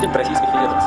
президент Российской Федерации.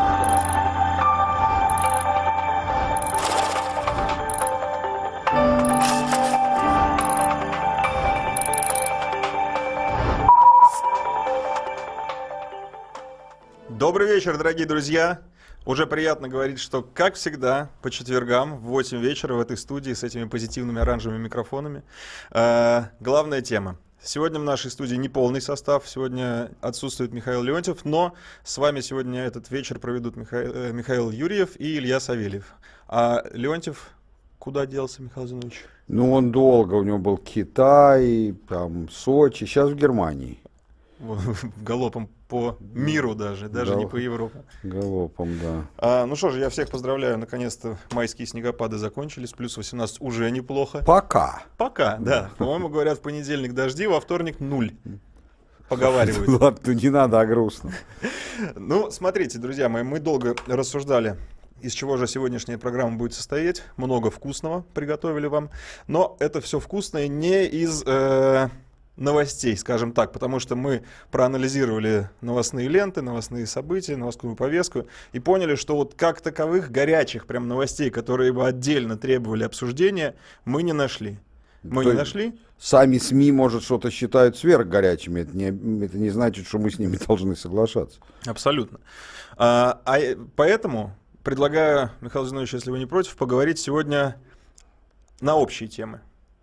Добрый вечер, дорогие друзья. Уже приятно говорить, что, как всегда, по четвергам в 8 вечера в этой студии с этими позитивными оранжевыми микрофонами. Главная тема. Сегодня в нашей студии не полный состав, сегодня отсутствует Михаил Леонтьев, но с вами сегодня этот вечер проведут Михаил Юрьев и Илья Савельев. А Леонтьев куда делся, Михаил Зинович? Ну, он долго, у него был Китай, там, Сочи, сейчас в Германии. Галопом по миру даже не по Европе. Галопом, да. Ну что же, я всех поздравляю, наконец-то майские снегопады закончились, плюс 18 уже неплохо. Пока. Пока, да. По-моему, говорят, в понедельник дожди, во вторник 0. Поговаривают. Ладно, не надо о грустном. Ну, смотрите, друзья мои, мы долго рассуждали, из чего же сегодняшняя программа будет состоять. Много вкусного приготовили вам. Но это все вкусное не из новостей, скажем так, потому что мы проанализировали новостные ленты, новостные события, новостную повестку и поняли, что вот как таковых горячих прям новостей, которые бы отдельно требовали обсуждения, мы не нашли. Мы не нашли. Сами СМИ, может, что-то считают сверхгорячими. Это не значит, что мы с ними должны соглашаться. Абсолютно. Поэтому предлагаю, Михаил Зинович, если вы не против, поговорить сегодня на общие темы.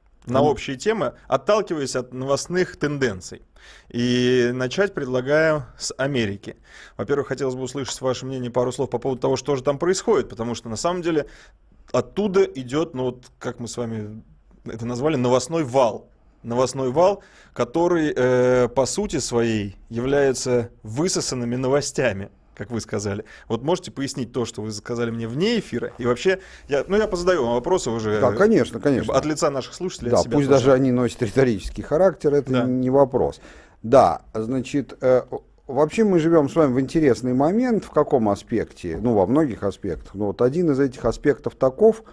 Отталкиваясь от новостных тенденций. И начать предлагаю с Америки. Во-первых, хотелось бы услышать ваше мнение, пару слов по поводу того, что же там происходит, потому что на самом деле оттуда идет, ну вот как мы с вами это назвали, новостной вал. Новостной вал, который по сути своей является высосанными новостями, как вы сказали. Вот можете пояснить то, что вы сказали мне вне эфира? И вообще, я позадаю вам вопросы уже. Да, конечно, конечно. От лица наших слушателей. Да, от себя пусть тоже. даже они носят риторический характер, это не вопрос. Да, значит, вообще мы живем с вами в интересный момент. В каком аспекте? Ну, во многих аспектах. Но вот один из этих аспектов таков,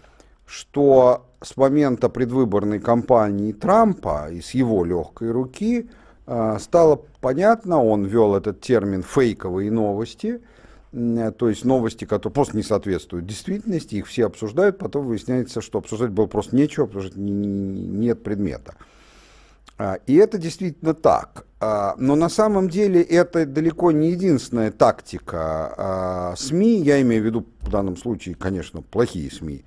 что с момента предвыборной кампании Трампа и с его легкой руки стало понятно, он ввел этот термин «фейковые новости», то есть новости, которые просто не соответствуют действительности, их все обсуждают, потом выясняется, что обсуждать было просто нечего, потому что нет предмета. И это действительно так. Но на самом деле это далеко не единственная тактика СМИ, я имею в виду в данном случае, конечно, плохие СМИ.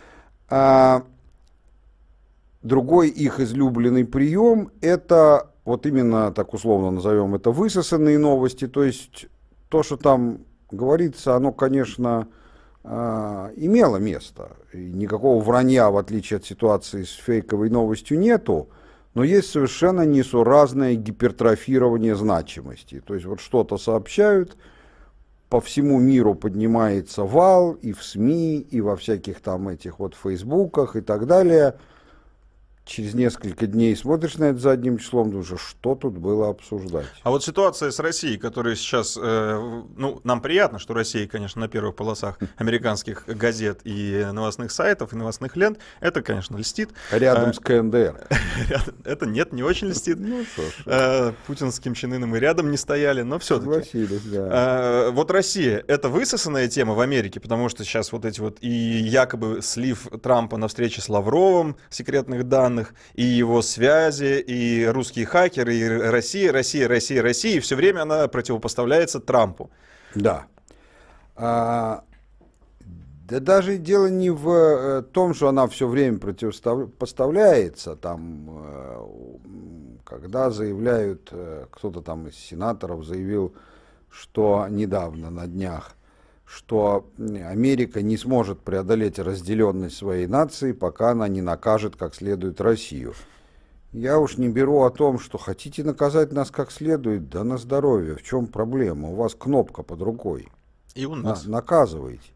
Другой их излюбленный прием – это вот именно, так условно назовем это, высосанные новости, то есть то, что там говорится, оно, конечно, имело место. И никакого вранья, в отличие от ситуации с фейковой новостью, нету, но есть совершенно несуразное гипертрофирование значимости. То есть вот что-то сообщают, по всему миру поднимается вал и в СМИ, и во всяких там этих вот фейсбуках и так далее. Через несколько дней смотришь на это задним числом, думаешь, что тут было обсуждать. А вот ситуация с Россией, которая сейчас, нам приятно, что Россия, конечно, на первых полосах американских газет и новостных сайтов, и новостных лент, это, конечно, льстит. Рядом с КНДР. Это нет, не очень льстит. Путинским Чен Ыном и рядом не стояли, но все-таки. Согласились, да. Вот Россия, это высосанная тема в Америке, потому что сейчас вот эти вот и якобы слив Трампа на встрече с Лавровым секретных данных, и его связи, и русские хакеры, и Россия, и все время она противопоставляется Трампу. Да. Да даже дело не в том, что она все время противопоставляется, там, когда заявляют, кто-то там из сенаторов заявил, что недавно, на днях, что Америка не сможет преодолеть разделенность своей нации, пока она не накажет как следует Россию. Я уж не беру о том, что хотите наказать нас как следует, да на здоровье, в чем проблема? У вас кнопка под рукой. И у нас. Наказывайте.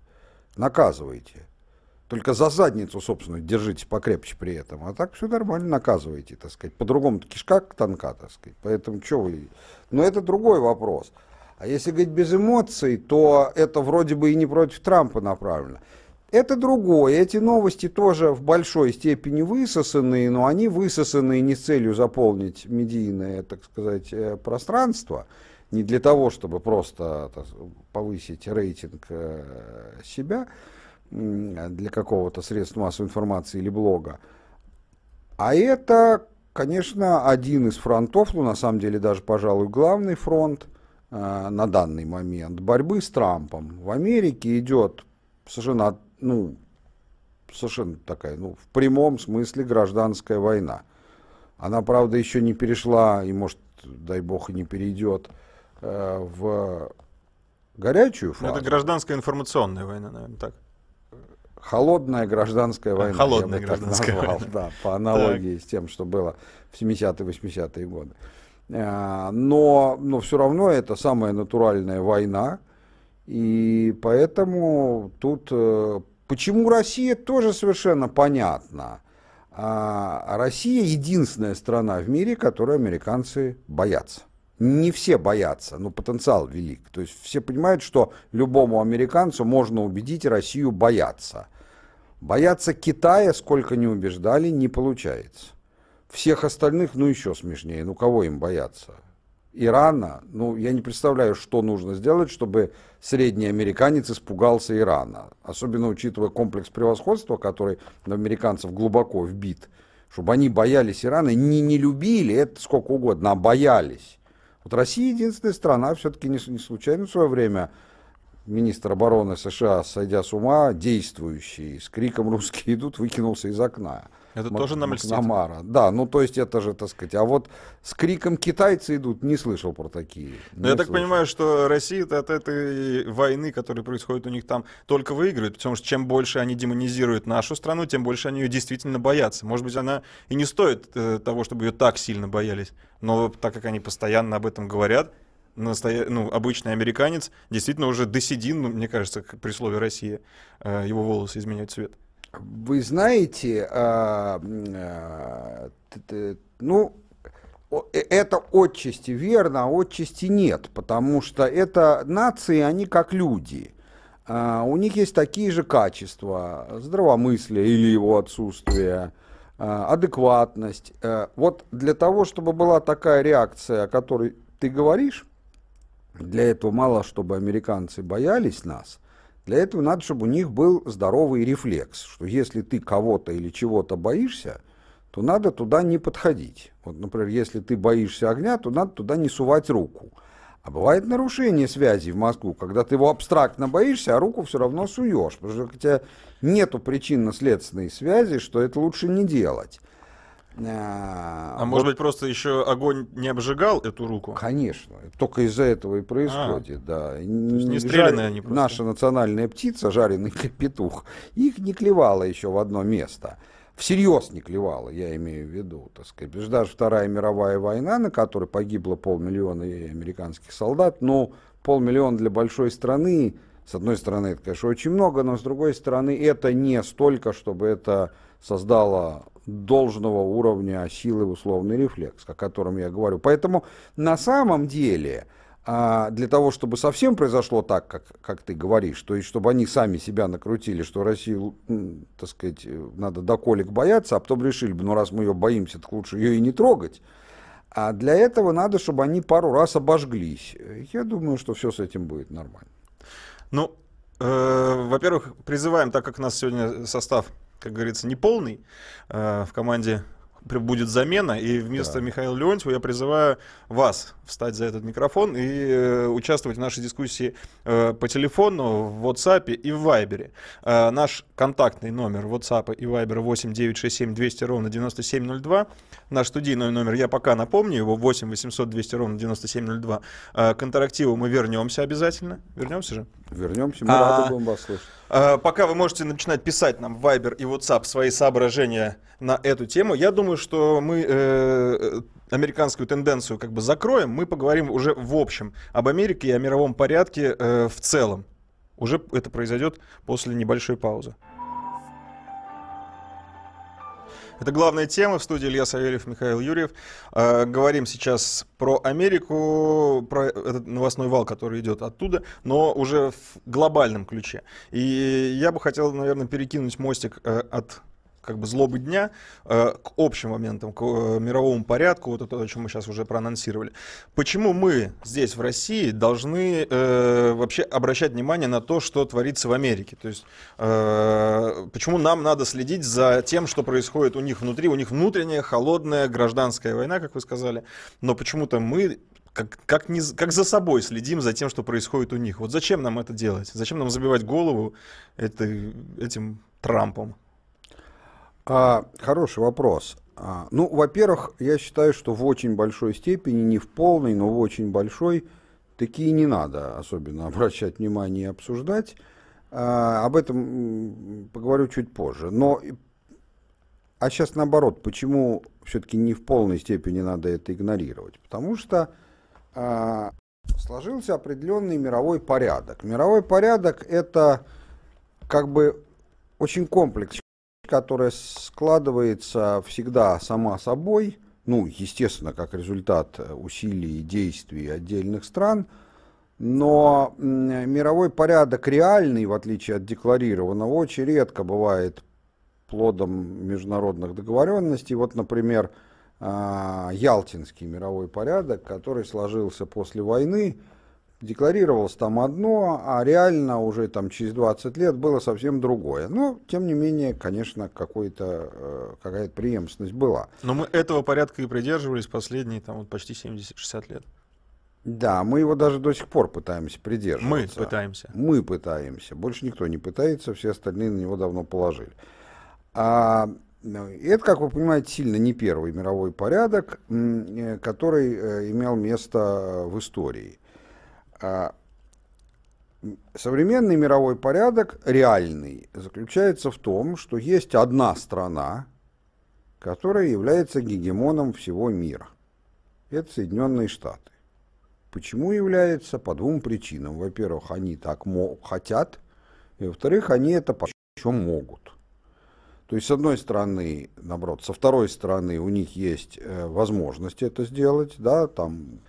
Только за задницу, собственно, держите покрепче при этом. А так все нормально, наказывайте, так сказать. По-другому кишка тонка, так сказать. Поэтому что вы... Но это другой вопрос. А если говорить без эмоций, то это вроде бы и не против Трампа направлено. Это другое. Эти новости тоже в большой степени высосанные, но они высосанные не с целью заполнить медийное, так сказать, пространство. не для того, чтобы просто повысить рейтинг себя для какого-то средства массовой информации или блога. А это, конечно, один из фронтов, ну, на самом деле, даже, пожалуй, главный фронт на данный момент борьбы с Трампом. В Америке идет совершенно, совершенно такая, в прямом смысле гражданская война. Она, правда, еще не перешла, и, может, дай бог, и не перейдет в горячую фазу. Это гражданская информационная война, наверное, так. Холодная гражданская война. Холодная гражданская война. Да, по аналогии с тем, что было в 70-е, 80-е годы. Но все равно это самая натуральная война. И поэтому тут... Почему Россия, тоже совершенно понятно. Россия единственная страна в мире, которой американцы боятся. Не все боятся, но потенциал велик. То есть все понимают, что любому американцу можно убедить Россию бояться. Бояться Китая, сколько ни убеждали, не получается. Всех остальных, еще смешнее. Кого им бояться? Ирана? Я не представляю, что нужно сделать, чтобы средний американец испугался Ирана. Особенно учитывая комплекс превосходства, который в американцев глубоко вбит. Чтобы они боялись Ирана, не любили, это сколько угодно, а боялись. Вот Россия единственная страна, все-таки не случайно в свое время министр обороны США, сойдя с ума, действующий, с криком «Русские идут!» выкинулся из окна. Это тоже нам льстит. Да, то есть это же, так сказать, а вот с криком «Китайцы идут!» не слышал про такие. Но я так понимаю, что Россия от этой войны, которая происходит у них там, только выигрывает, потому что чем больше они демонизируют нашу страну, тем больше они ее действительно боятся. Может быть, она и не стоит того, чтобы ее так сильно боялись, но так как они постоянно об этом говорят, обычный американец действительно уже доседин, мне кажется, при слове «Россия», его волосы изменяют цвет. Вы знаете, это отчасти верно, а отчасти нет, потому что это нации, они как люди. У них есть такие же качества: здравомыслие или его отсутствие, адекватность. Вот для того, чтобы была такая реакция, о которой ты говоришь, для этого мало, чтобы американцы боялись нас. Для этого надо, чтобы у них был здоровый рефлекс, что если ты кого-то или чего-то боишься, то надо туда не подходить. Вот, например, если ты боишься огня, то надо туда не сувать руку. А бывает нарушение связи в мозгу, когда ты его абстрактно боишься, а руку все равно суешь, потому что у тебя нету причинно-следственной связи, что это лучше не делать. Может быть, просто еще огонь не обжигал эту руку? Конечно, только из-за этого и происходит, да. Не стреляные они просто. Наша национальная птица, жареный петух, их не клевала еще в одно место. Всерьез не клевала, я имею в виду, так сказать. Потому что даже Вторая мировая война, на которой погибло 500 000 американских солдат, 500 000 для большой страны, с одной стороны, это, конечно, очень много, но с другой стороны, это не столько, чтобы это создало должного уровня силы условный рефлекс, о котором я говорю. Поэтому на самом деле для того, чтобы совсем произошло так, как ты говоришь, то есть чтобы они сами себя накрутили, что Россию, так сказать, надо до колик бояться, а потом решили бы, раз мы ее боимся, так лучше ее и не трогать. А для этого надо, чтобы они пару раз обожглись. Я думаю, что все с этим будет нормально. Во-первых, призываем, так как у нас сегодня состав, как говорится, неполный, в команде будет замена, и вместо Михаила Леонтьева я призываю вас встать за этот микрофон и участвовать в нашей дискуссии по телефону, в WhatsApp и в Viber. Наш контактный номер WhatsApp и Viber 8 967 200 ровно 9702. Наш студийный номер, я пока напомню, его 8 800 200 ровно 9702. К интерактиву мы вернемся обязательно. Вернемся же? Вернемся, мы рады будем вас слышать. Пока вы можете начинать писать нам в Viber и WhatsApp свои соображения на эту тему. Я думаю, что мы американскую тенденцию как бы закроем. Мы поговорим уже в общем об Америке и о мировом порядке в целом. Уже это произойдет после небольшой паузы. Это главная тема. В студии Илья Савельев, Михаил Юрьев. Говорим сейчас про Америку, про этот новостной вал, который идет оттуда, но уже в глобальном ключе. И я бы хотел, наверное, перекинуть мостик от как бы злобы дня к общим моментам, к мировому порядку, вот это, о чем мы сейчас уже проанонсировали. Почему мы здесь, в России, должны вообще обращать внимание на то, что творится в Америке? То есть почему нам надо следить за тем, что происходит у них внутри? У них внутренняя, холодная, гражданская война, как вы сказали, но почему-то мы как за собой следим за тем, что происходит у них. Вот зачем нам это делать? Зачем нам забивать голову этим Трампом? Хороший вопрос. Ну, во-первых, я считаю, что в очень большой степени, не в полной, но в очень большой, такие не надо особенно обращать внимание и обсуждать. Об этом поговорю чуть позже. А сейчас наоборот, почему все-таки не в полной степени надо это игнорировать? Потому что сложился определенный мировой порядок. Мировой порядок — это как бы очень комплекс, которая складывается всегда сама собой, ну, естественно, как результат усилий и действий отдельных стран, но мировой порядок реальный, в отличие от декларированного, очень редко бывает плодом международных договоренностей. Вот, например, Ялтинский мировой порядок, который сложился после войны, декларировалось там одно, а реально уже там через 20 лет было совсем другое. Но, тем не менее, конечно, какая-то преемственность была. Но мы этого порядка и придерживались последние там, вот, почти 70-60 лет. Да, мы его даже до сих пор пытаемся придерживаться. Мы пытаемся. Мы пытаемся. Больше никто не пытается, все остальные на него давно положили. Это, как вы понимаете, сильно не первый мировой порядок, который имел место в истории. Современный мировой порядок, реальный, заключается в том, что есть одна страна, которая является гегемоном всего мира. Это Соединенные Штаты. Почему является? По двум причинам. Во-первых, они так хотят, и во-вторых, они это еще могут. То есть, с одной стороны, наоборот, со второй стороны у них есть возможность это сделать, да, там,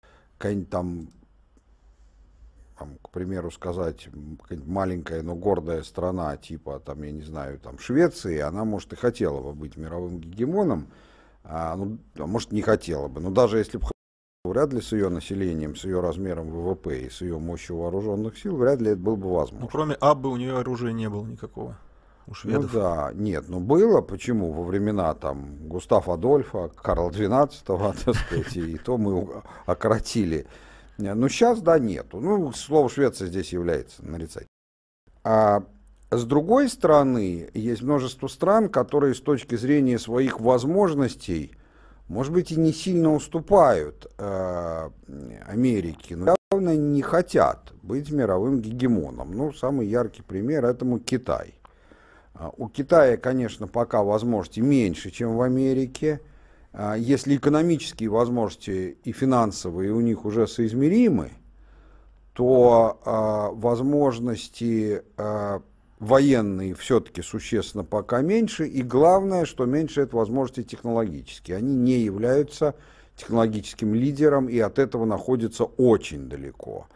к примеру, сказать, маленькая, но гордая страна, типа, там, я не знаю, там, Швеции, она, может, и хотела бы быть мировым гегемоном, может, не хотела бы, но даже если бы, вряд ли с ее населением, с ее размером ВВП и с ее мощью вооруженных сил, вряд ли это было бы возможно. Ну, кроме Аббы у нее оружия не было никакого. У шведов. Ну да, нет, было. Почему? Во времена там Густава Адольфа, Карла XII, так сказать, и то мы окоротили. Но сейчас, да, нету. Ну, слово Швеция здесь является нарицательным. А с другой стороны, есть множество стран, которые с точки зрения своих возможностей, может быть, и не сильно уступают Америке, но явно не хотят быть мировым гегемоном. Ну, самый яркий пример этому Китай. У Китая, конечно, пока возможности меньше, чем в Америке. Если экономические возможности и финансовые у них уже соизмеримы, то возможности военные все-таки существенно пока меньше. И главное, что меньше это возможности технологические. Они не являются технологическим лидером и от этого находятся очень далеко.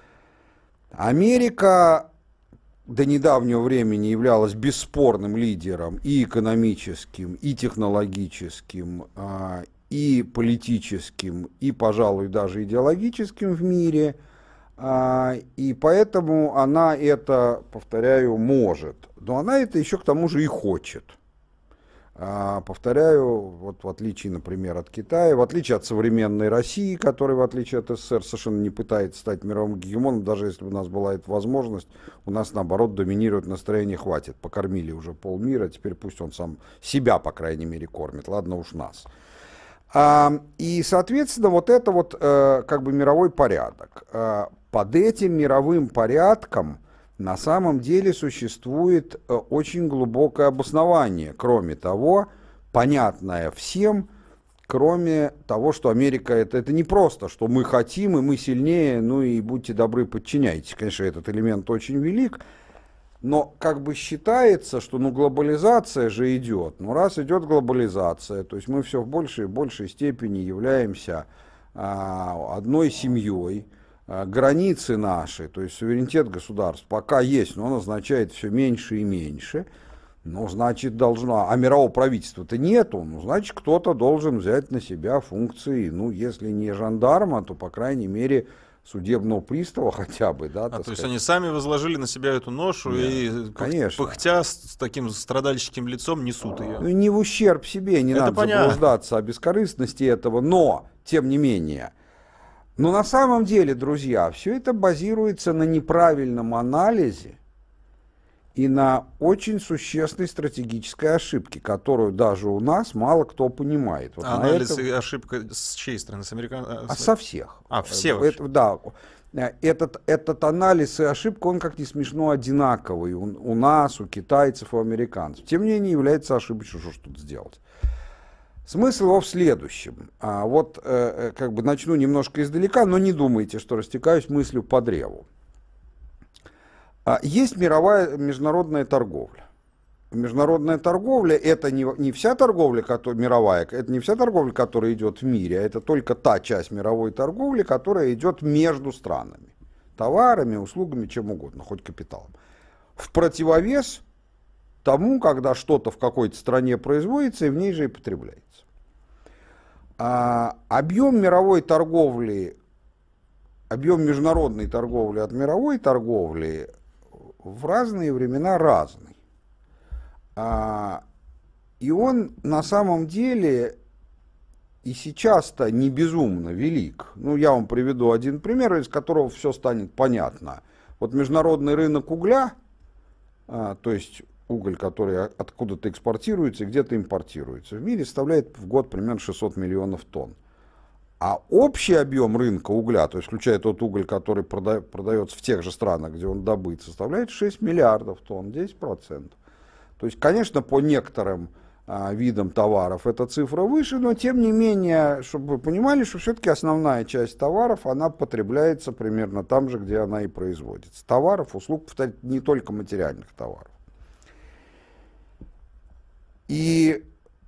Америка до недавнего времени являлась бесспорным лидером и экономическим, и технологическим, и политическим, и, пожалуй, даже идеологическим в мире. И поэтому она это, повторяю, может. Но она это еще к тому же и хочет. Повторяю, вот в отличие, например, от Китая, в отличие от современной России, которая, в отличие от СССР, совершенно не пытается стать мировым гегемоном, даже если бы у нас была эта возможность, у нас, наоборот, доминирует настроение «хватит». Покормили уже полмира, теперь пусть он сам себя, по крайней мере, кормит, ладно уж нас. И, соответственно, вот это вот как бы мировой порядок. Под этим мировым порядком на самом деле существует очень глубокое обоснование, кроме того, понятное всем, кроме того, что Америка это не просто, что мы хотим и мы сильнее, ну и будьте добры, подчиняйтесь. Конечно, этот элемент очень велик, но как бы считается, что глобализация же идет. Ну раз идет глобализация, то есть мы все в большей и большей степени являемся одной семьей. Границы наши, то есть суверенитет государств пока есть, но он означает все меньше и меньше. Ну, значит, должно, а мирового правительства-то нету, ну, значит, кто-то должен взять на себя функции, ну, если не жандарма, то, по крайней мере, судебного пристава хотя бы, да, то есть сказать. они сами возложили на себя эту ношу. Нет, и, конечно, пыхтя с таким страдальческим лицом несут ее. Ну, не в ущерб себе, не это надо понятно. Заблуждаться о бескорыстности этого, но, тем не менее, но на самом деле, друзья, все это базируется на неправильном анализе и на очень существенной стратегической ошибке, которую даже у нас мало кто понимает. Вот анализ и ошибка с чьей стороны? С американцев? Со всех. Все вообще? Да. Этот анализ и ошибка, он, как ни смешно, одинаковый у нас, у китайцев, у американцев. Тем не менее, является ошибочным, что тут сделать. Смысл его в следующем. Как бы начну немножко издалека, но не думайте, что растекаюсь мыслью по древу. Есть мировая международная торговля. Международная торговля — это не вся торговля, мировая, это не вся торговля, которая идет в мире, а это только та часть мировой торговли, которая идет между странами. Товарами, услугами, чем угодно, хоть капиталом. В противовес тому, когда что-то в какой-то стране производится и в ней же и потребляется. Объем международной торговли от мировой торговли в разные времена разный. И он на самом деле и сейчас-то не безумно велик. Ну, я вам приведу один пример, из которого все станет понятно. Вот международный рынок угля, то есть уголь, который откуда-то экспортируется и где-то импортируется, в мире составляет в год примерно 600 миллионов тонн. А общий объем рынка угля, то есть включая тот уголь, который продается в тех же странах, где он добыт, составляет 6 миллиардов тонн, 10%. То есть, конечно, по некоторым видам товаров эта цифра выше, но тем не менее, чтобы вы понимали, что все-таки основная часть товаров, она потребляется примерно там же, где она и производится. Товаров, услуг, повторяю, не только материальных товаров. И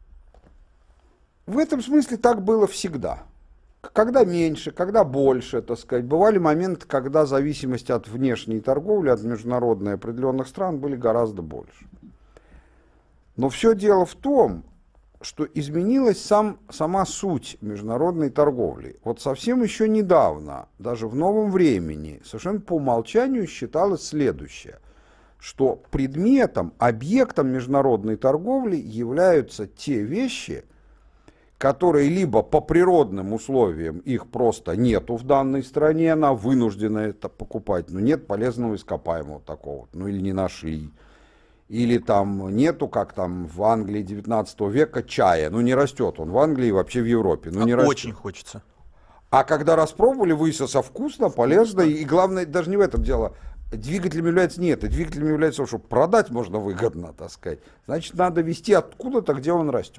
в этом смысле так было всегда. Когда меньше, когда больше, так сказать. Бывали моменты, когда зависимость от внешней торговли, от международной определенных стран были гораздо больше. Но все дело в том, что изменилась сама суть международной торговли. Вот совсем еще недавно, даже в новом времени, совершенно по умолчанию считалось следующее, что предметом, объектом международной торговли являются те вещи, которые либо по природным условиям их просто нету в данной стране, она вынуждена это покупать, но нет полезного ископаемого такого, ну или не нашли. Или там нету, как там в Англии 19 века, чая, ну не растет он в Англии и вообще в Европе. Ну, не растет. Очень хочется. А когда распробовали, выяснилось, вкусно, полезно, и главное, даже не в этом дело. Двигателем является не это, двигателем является то, что продать можно выгодно, так сказать. Значит, надо везти откуда-то, где он растет.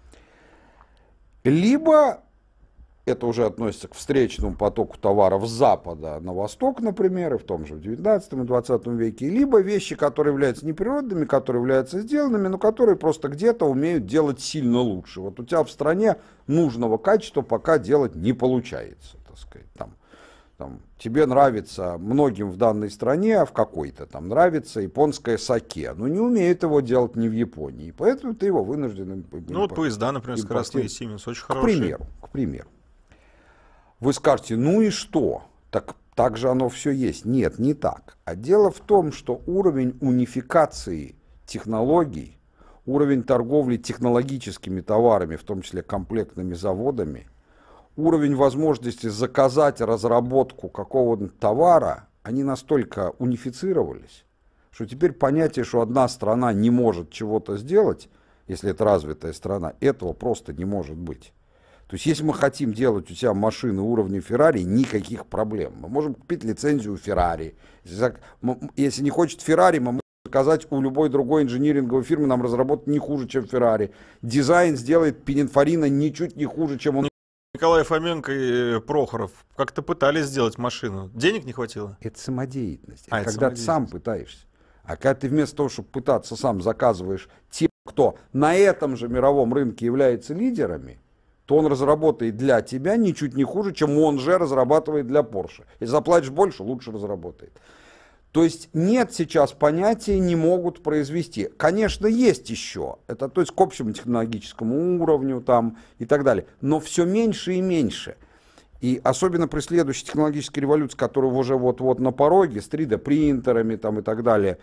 Либо, это уже относится к встречному потоку товаров с запада на восток, например, и в том же в 19 и 20 веке, либо вещи, которые являются неприродными, которые являются сделанными, но которые просто где-то умеют делать сильно лучше. Вот у тебя в стране нужного качества пока делать не получается, так сказать. Там, тебе нравится многим в данной стране, а в какой-то там нравится японское саке, но не умеют его делать ни в Японии, поэтому ты его вынужден... Ну вот поезда, например, скоростные Siemens, очень хорошие. К примеру. Вы скажете, ну и что? Так же оно все есть. Нет, не так. А дело в том, что уровень унификации технологий, уровень торговли технологическими товарами, в том числе комплектными заводами, уровень возможности заказать разработку какого-то товара, они настолько унифицировались, что теперь понятие, что одна страна не может чего-то сделать, если это развитая страна, этого просто не может быть. То есть, если мы хотим делать у себя машины уровня Ferrari, никаких проблем. Мы можем купить лицензию Ferrari. Если не хочет Ferrari, мы можем заказать у любой другой инжиниринговой фирмы, нам разработать не хуже, чем Ferrari. Дизайн сделает Пининфорина ничуть не хуже, чем он. Николай Фоменко и Прохоров как-то пытались сделать машину. Денег не хватило? Это самодеятельность. Это когда ты сам пытаешься. А когда ты вместо того, чтобы пытаться сам, заказываешь тех, кто на этом же мировом рынке является лидерами, то он разработает для тебя ничуть не хуже, чем он же разрабатывает для Porsche. Если заплатишь больше, лучше разработает. То есть нет сейчас понятия «не могут произвести». Конечно, есть еще. Это то есть к общему технологическому уровню там, и так далее. Но все меньше и меньше. И особенно при следующей технологической революции, которая уже вот-вот на пороге, с 3D-принтерами там, и так далее,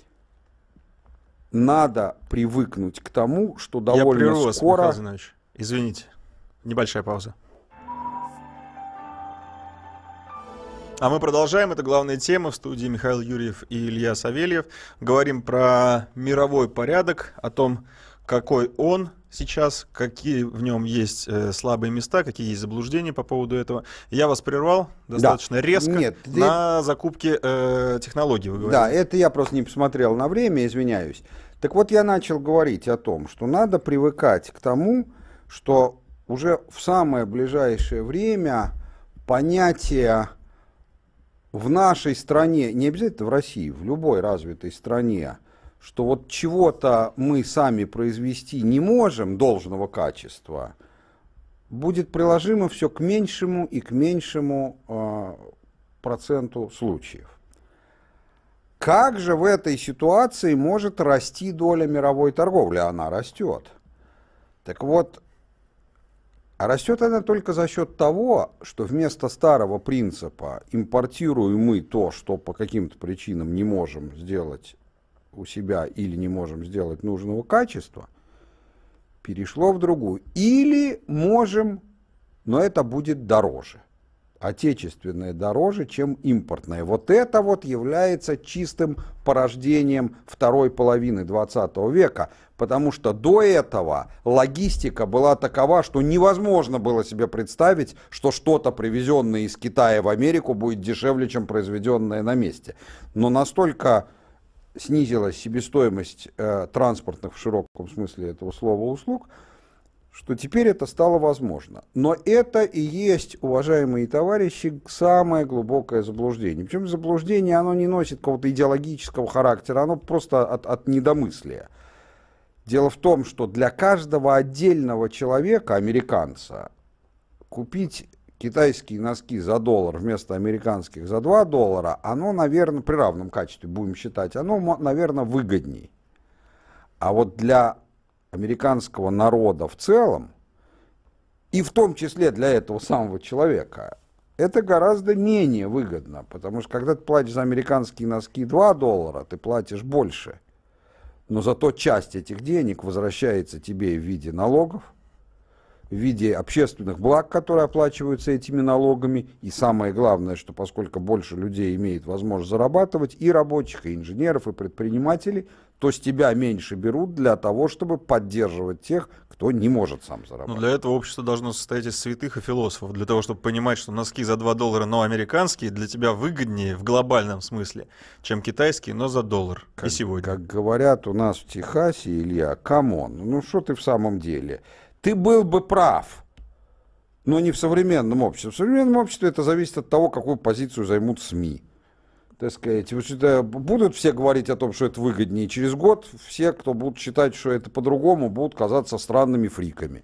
надо привыкнуть к тому, что довольно Я прерву скоро... Михаил Зинович. Извините. Небольшая пауза. А мы продолжаем. Это главная тема. В студии Михаил Юрьев и Илья Савельев. Говорим про мировой порядок, о том, какой он сейчас, какие в нем есть слабые места, какие есть заблуждения по поводу этого. Я вас прервал достаточно резко. Нет, на закупке технологий, вы говорите. Да, это я просто не посмотрел на время, извиняюсь. Так вот, я начал говорить о том, что надо привыкать к тому, что уже в самое ближайшее время понятие в нашей стране, не обязательно в России, в любой развитой стране, что вот чего-то мы сами произвести не можем должного качества, будет приложимо все к меньшему и к меньшему проценту случаев. Как же в этой ситуации может расти доля мировой торговли? Она растет. Так вот, а растет она только за счет того, что вместо старого принципа импортируем мы то, что по каким-то причинам не можем сделать у себя или не можем сделать нужного качества, перешло в другую. Или можем, но это будет дороже. Отечественное дороже, чем импортное. Вот это вот является чистым порождением второй половины 20 века, потому что до этого логистика была такова, что невозможно было себе представить, что что-то, привезенное из Китая в Америку, будет дешевле, чем произведенное на месте. Но настолько снизилась себестоимость транспортных в широком смысле этого слова услуг, что теперь это стало возможно. Но это и есть, уважаемые товарищи, самое глубокое заблуждение. Причем заблуждение, оно не носит какого-то идеологического характера, оно просто от недомыслия. Дело в том, что для каждого отдельного человека, американца, купить китайские носки за $1 вместо американских за $2, оно, наверное, при равном качестве, будем считать, оно, наверное, выгодней. А вот для американского народа в целом, и в том числе для этого самого человека, это гораздо менее выгодно, потому что когда ты платишь за американские носки $2, ты платишь больше, но зато часть этих денег возвращается тебе в виде налогов, в виде общественных благ, которые оплачиваются этими налогами, и самое главное, что поскольку больше людей имеет возможность зарабатывать, и рабочих, и инженеров, и предпринимателей, то с тебя меньше берут для того, чтобы поддерживать тех, кто не может сам зарабатывать. Но для этого общество должно состоять из святых и философов, для того, чтобы понимать, что носки за $2, но американские, для тебя выгоднее в глобальном смысле, чем китайские, но за $1. И сегодня. Как говорят у нас в Техасе, Илья, камон, ну что ты в самом деле? Ты был бы прав, но не в современном обществе. В современном обществе это зависит от того, какую позицию займут СМИ. Так сказать, будут все говорить о том, что это выгоднее. Через год все, кто будут считать, что это по-другому, будут казаться странными фриками.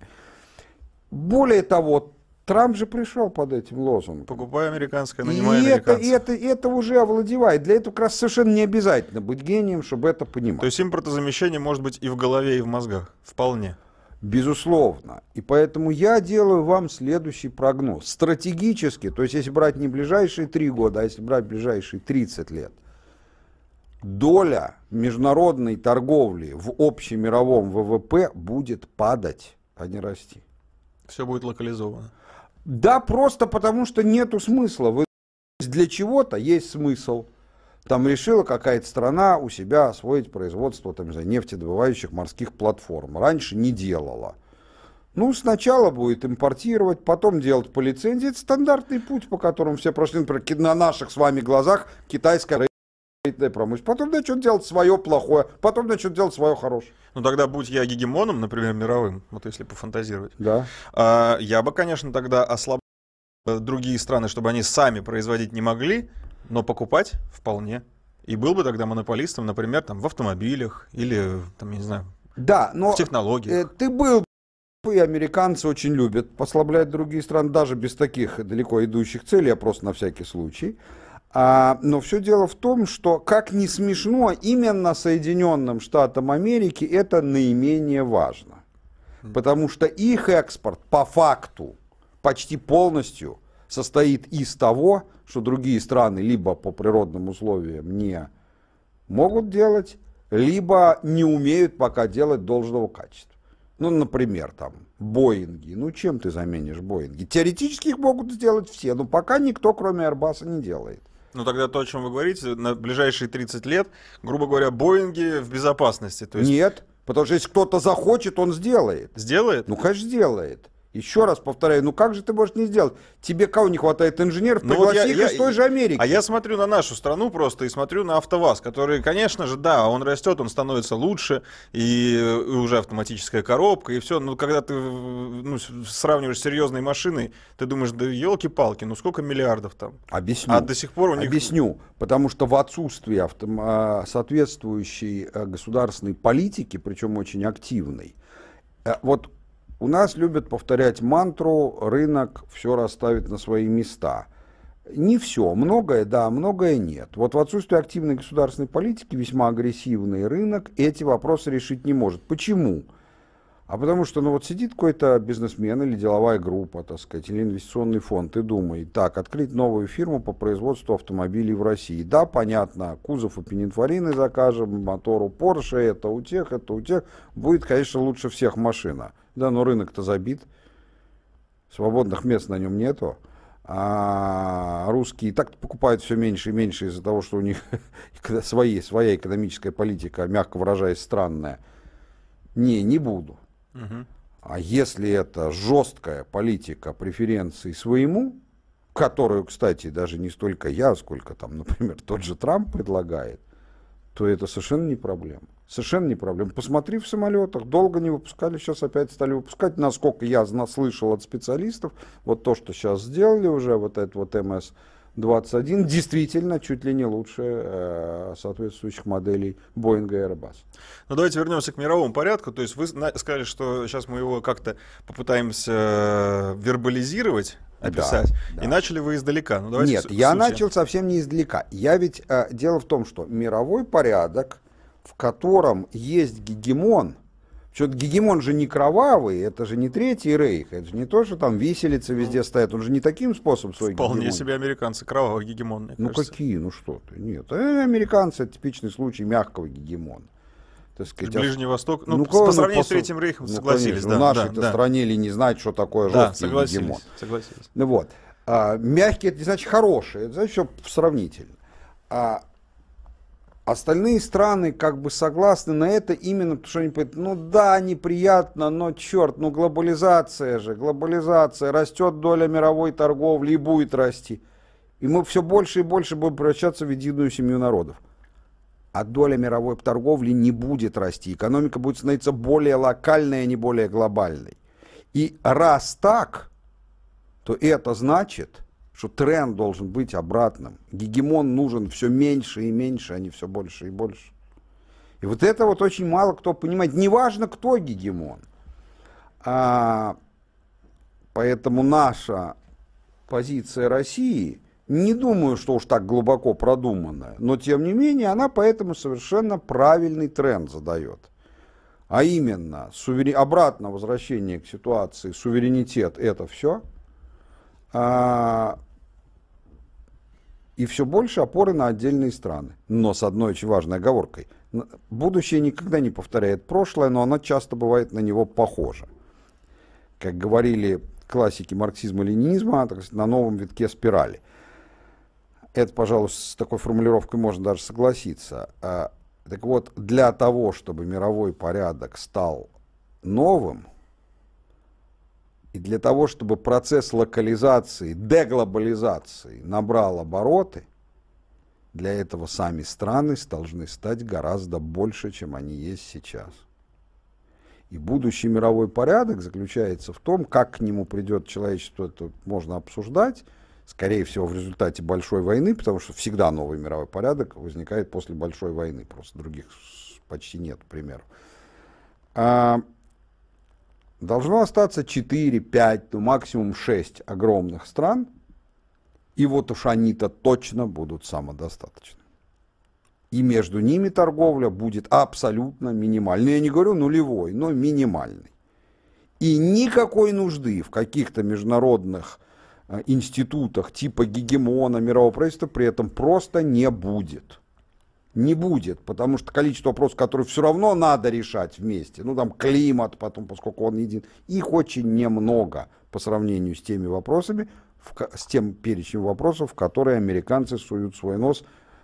Более того, Трамп же пришел под этим лозунгом. Покупай американское, нанимай американцев. Это уже овладевает. Для этого как раз совершенно не обязательно быть гением, чтобы это понимать. То есть импортозамещение может быть и в голове, и в мозгах. Вполне. Безусловно. И поэтому я делаю вам следующий прогноз. Стратегически, то есть если брать не ближайшие 3 года, а если брать ближайшие 30 лет, доля международной торговли в общемировом ВВП будет падать, а не расти. Все будет локализовано. Да, просто потому что нету смысла. Для чего-то есть смысл. Там решила какая-то страна у себя освоить производство там, нефтедобывающих морских платформ. Раньше не делала. Ну, сначала будет импортировать, потом делать по лицензии. Это стандартный путь, по которому все прошли. Например, на наших с вами глазах китайская промышленность. Потом начнет делать свое плохое, потом начнет делать свое хорошее. Ну, тогда будь я гегемоном, например, мировым, вот если пофантазировать. Да. Я бы, конечно, тогда ослабил другие страны, чтобы они сами производить не могли, но покупать вполне. И был бы тогда монополистом, например, там, в автомобилях или, там, я не знаю, да, но в технологиях. Ты был, и американцы очень любят послаблять другие страны, даже без таких далеко идущих целей, а просто на всякий случай. Но все дело в том, что, как ни смешно, именно Соединенным Штатам Америки это наименее важно. Потому что их экспорт по факту почти полностью состоит из того, что другие страны либо по природным условиям не могут делать, либо не умеют пока делать должного качества. Ну, например, там, Боинги. Ну, чем ты заменишь Боинги? Теоретически их могут сделать все, но пока никто, кроме Airbus, не делает. Ну, тогда то, о чем вы говорите, на ближайшие 30 лет, грубо говоря, Боинги в безопасности. То есть... Нет, потому что если кто-то захочет, он сделает. Сделает? Ну, конечно, сделает. Еще раз повторяю, ну как же ты можешь не сделать? Тебе кого не хватает инженеров? Пригласи их из той же Америки. А я смотрю на нашу страну просто и смотрю на АвтоВАЗ, который, конечно же, да, он растет, он становится лучше, и уже автоматическая коробка, и все. Но когда ты сравниваешь с серьезной машиной, ты думаешь, да елки-палки, ну сколько миллиардов там? Объясню. А до сих пор у них... Объясню. Потому что в отсутствии соответствующей государственной политики, причем очень активной, вот у нас любят повторять мантру: рынок все расставит на свои места. Не все, многое да, многое нет. Вот в отсутствии активной государственной политики весьма агрессивный рынок эти вопросы решить не может. Почему? А потому что, ну вот сидит какой-то бизнесмен или деловая группа, так сказать, или инвестиционный фонд и думает: так, открыть новую фирму по производству автомобилей в России. Да, понятно, кузов у Пининфорины закажем, мотор у Porsche, это у тех, будет, конечно, лучше всех машина. Да, но рынок-то забит, свободных мест на нем нету. А русские и так покупают все меньше и меньше из-за того, что у них своя экономическая политика, мягко выражаясь, странная. Не буду. А если это жесткая политика преференций своему, которую, кстати, даже не столько я, сколько там, например, тот же Трамп предлагает, то это совершенно не проблема. Совершенно не проблема. Посмотри в самолетах, долго не выпускали, сейчас опять стали выпускать. Насколько я слышал от специалистов, вот то, что сейчас сделали уже, вот этот вот МС-21, действительно чуть ли не лучше соответствующих моделей Boeing и Airbus. Ну, давайте вернемся к мировому порядку. То есть вы сказали, что сейчас мы его как-то попытаемся вербализировать, описать. Да. И начали вы издалека. Ну, нет, я начал совсем не издалека. Я ведь, дело в том, что мировой порядок, в котором есть гегемон, что-то гегемон же не кровавый, это же не Третий Рейх, это же не то, что там виселицы везде стоят, он же не таким способом свой гегемон. Вполне себе американцы кровавый гегемон, мне кажется. Ну какие, ну что ты, нет. Американцы — это типичный случай мягкого гегемона. Так сказать, Ближний Восток, по сравнению с Третьим Рейхом, согласились. Да, в нашей стране ли не знать, что такое жесткий гегемон. Согласились. Ну вот. Мягкий — это не значит хороший, это значит все сравнительно. Остальные страны как бы согласны на это именно потому, что они говорят: ну да, неприятно, но черт, ну глобализация, растет доля мировой торговли и будет расти. И мы все больше и больше будем превращаться в единую семью народов. А доля мировой торговли не будет расти, экономика будет становиться более локальной, а не более глобальной. И раз так, то это значит, что тренд должен быть обратным. Гегемон нужен все меньше и меньше, а не все больше и больше. И вот это вот очень мало кто понимает. Неважно, кто гегемон. Поэтому наша позиция России, не думаю, что уж так глубоко продуманная, но тем не менее она поэтому совершенно правильный тренд задает. А именно, обратное возвращение к ситуации суверенитет — это все. И все больше опоры на отдельные страны. Но с одной очень важной оговоркой. Будущее никогда не повторяет прошлое, но оно часто бывает на него похоже. Как говорили классики марксизма-ленинизма, так сказать, на новом витке спирали. Это, пожалуй, с такой формулировкой можно даже согласиться. Так вот, для того, чтобы мировой порядок стал новым, и для того, чтобы процесс локализации, деглобализации набрал обороты, для этого сами страны должны стать гораздо больше, чем они есть сейчас. И будущий мировой порядок заключается в том, как к нему придет человечество, это можно обсуждать, скорее всего, в результате большой войны, потому что всегда новый мировой порядок возникает после большой войны, просто других почти нет примеров. Должно остаться 4, 5, ну максимум 6 огромных стран, И вот уж они-то точно будут самодостаточны. И между ними торговля будет абсолютно минимальной. Я не говорю нулевой, но минимальной. И никакой нужды в каких-то международных институтах типа гегемона, мирового правительства при этом просто не будет. Не будет, потому что количество вопросов, которые все равно надо решать вместе, ну там климат, потом, поскольку он един, их очень немного по сравнению с теми вопросами, с тем перечнем вопросов, в которые американцы суют свой нос,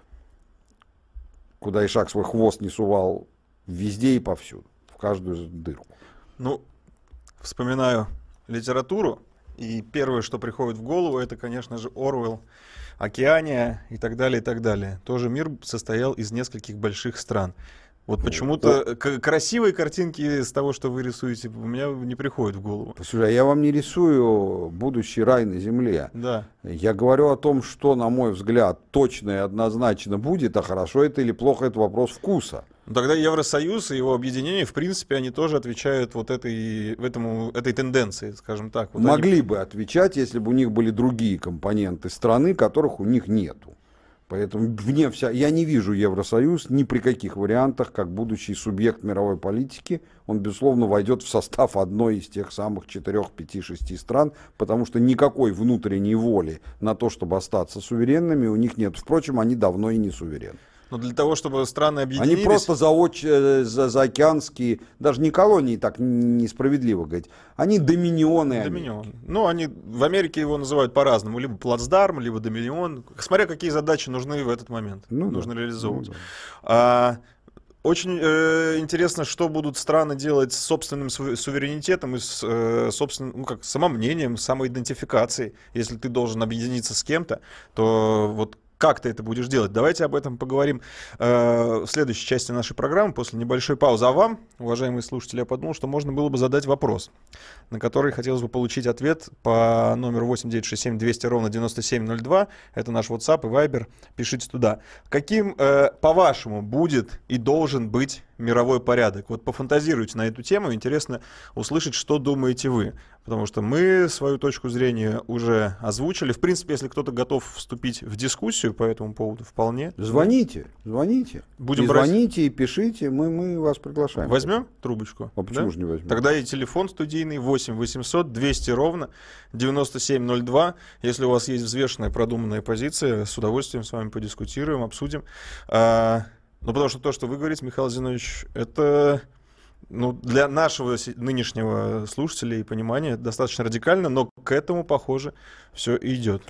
куда Ишак свой хвост не сувал, везде и повсюду, в каждую дырку. Ну, вспоминаю литературу, и первое, что приходит в голову, это, конечно же, Оруэлл, Океания и так далее, и так далее. Тоже мир состоял из нескольких больших стран. Вот почему-то красивые картинки с того, что вы рисуете, у меня не приходят в голову. Слушай, я вам не рисую будущий рай на земле. Да. Я говорю о том, что, на мой взгляд, точно и однозначно будет, а хорошо это или плохо, это вопрос вкуса. Ну, тогда Евросоюз и его объединение, в принципе, они тоже отвечают вот этой тенденции, скажем так. Вот могли бы отвечать, если бы у них были другие компоненты страны, которых у них нету. Поэтому я не вижу Евросоюз ни при каких вариантах, как будущий субъект мировой политики. Он, безусловно, войдет в состав одной из тех самых 4, 5, 6 стран, потому что никакой внутренней воли на то, чтобы остаться суверенными, у них нет. Впрочем, они давно и не суверенны. Но для того, чтобы страны объединились... Они просто заокеанские, даже не колонии, так несправедливо говорить, они доминионы. Доминион. Ну, они в Америке его называют по-разному. Либо плацдарм, либо доминион. Смотря какие задачи нужны в этот момент. Нужно реализовывать. Очень интересно, что будут страны делать с собственным суверенитетом и с собственным, самомнением, самоидентификацией. Если ты должен объединиться с кем-то, то вот как ты это будешь делать? Давайте об этом поговорим в следующей части нашей программы, после небольшой паузы. А вам, уважаемые слушатели, я подумал, что можно было бы задать вопрос, на который хотелось бы получить ответ по номеру 8967-200-97-02. Это наш WhatsApp и Viber. Пишите туда. Каким, по-вашему, будет и должен быть мировой порядок? Вот пофантазируйте на эту тему. Интересно услышать, что думаете вы. Потому что мы свою точку зрения уже озвучили. В принципе, если кто-то готов вступить в дискуссию по этому поводу, вполне. Звоните. Будем звоните и пишите, мы вас приглашаем. Возьмем трубочку? А почему же не возьмем? Тогда и телефон студийный 8 800 200 ровно 9702. Если у вас есть взвешенная, продуманная позиция, с удовольствием с вами подискутируем, обсудим. Потому что то, что вы говорите, Михаил Зинович, это... для нашего нынешнего слушателя и понимания достаточно радикально, но к этому, похоже, все идет.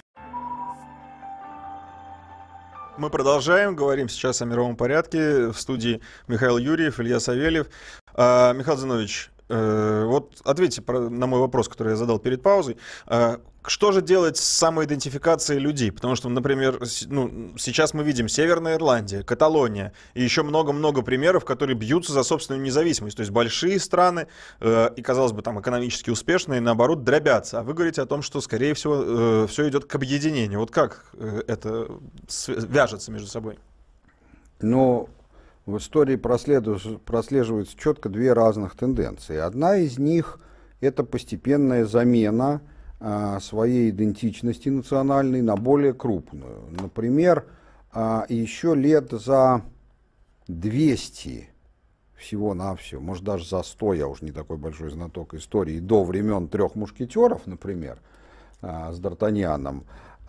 Мы продолжаем, говорим сейчас о мировом порядке. В студии Михаил Юрьев, Илья Савельев. Михаил Зинович, вот ответьте на мой вопрос, который я задал перед паузой. Что же делать с самоидентификацией людей? Потому что, например, сейчас мы видим Северная Ирландия, Каталония и еще много-много примеров, которые бьются за собственную независимость. То есть большие страны и, казалось бы, там экономически успешные, наоборот, дробятся. А вы говорите о том, что, скорее всего, все идет к объединению. Вот как это вяжется между собой? В истории прослеживаются четко две разных тенденции. Одна из них – это постепенная замена своей идентичности национальной на более крупную. Например, еще лет за 200 всего-навсего, может даже за 100, я уж не такой большой знаток истории, до времен трех мушкетеров, например, с Д'Артаньяном,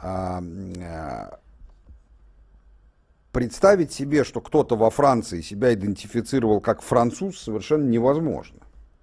представить себе, что кто-то во Франции себя идентифицировал как француз, совершенно невозможно.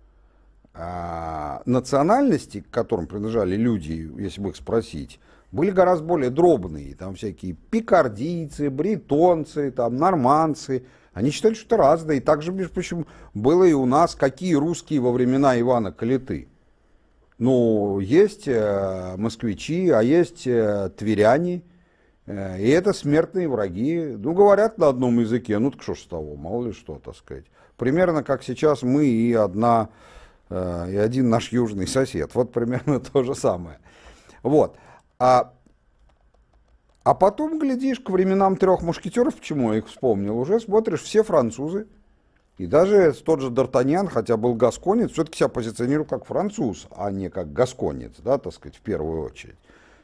Национальности, к которым принадлежали люди, если бы их спросить, были гораздо более дробные. Там всякие пикардийцы, бретонцы, там, нормандцы. Они считали, что это разное. И так же, между прочим, было и у нас, какие русские во времена Ивана Калиты. Есть москвичи, а есть тверяне. И это смертные враги. Говорят на одном языке. Так что ж с того, мало ли что, так сказать. Примерно как сейчас мы и один наш южный сосед. Вот примерно то же самое. А потом, глядишь, к временам трех мушкетеров, почему я их вспомнил, уже смотришь, все французы. И даже тот же Д'Артаньян, хотя был гасконец, все-таки себя позиционировал как француз, а не как гасконец, да, так сказать, в первую очередь.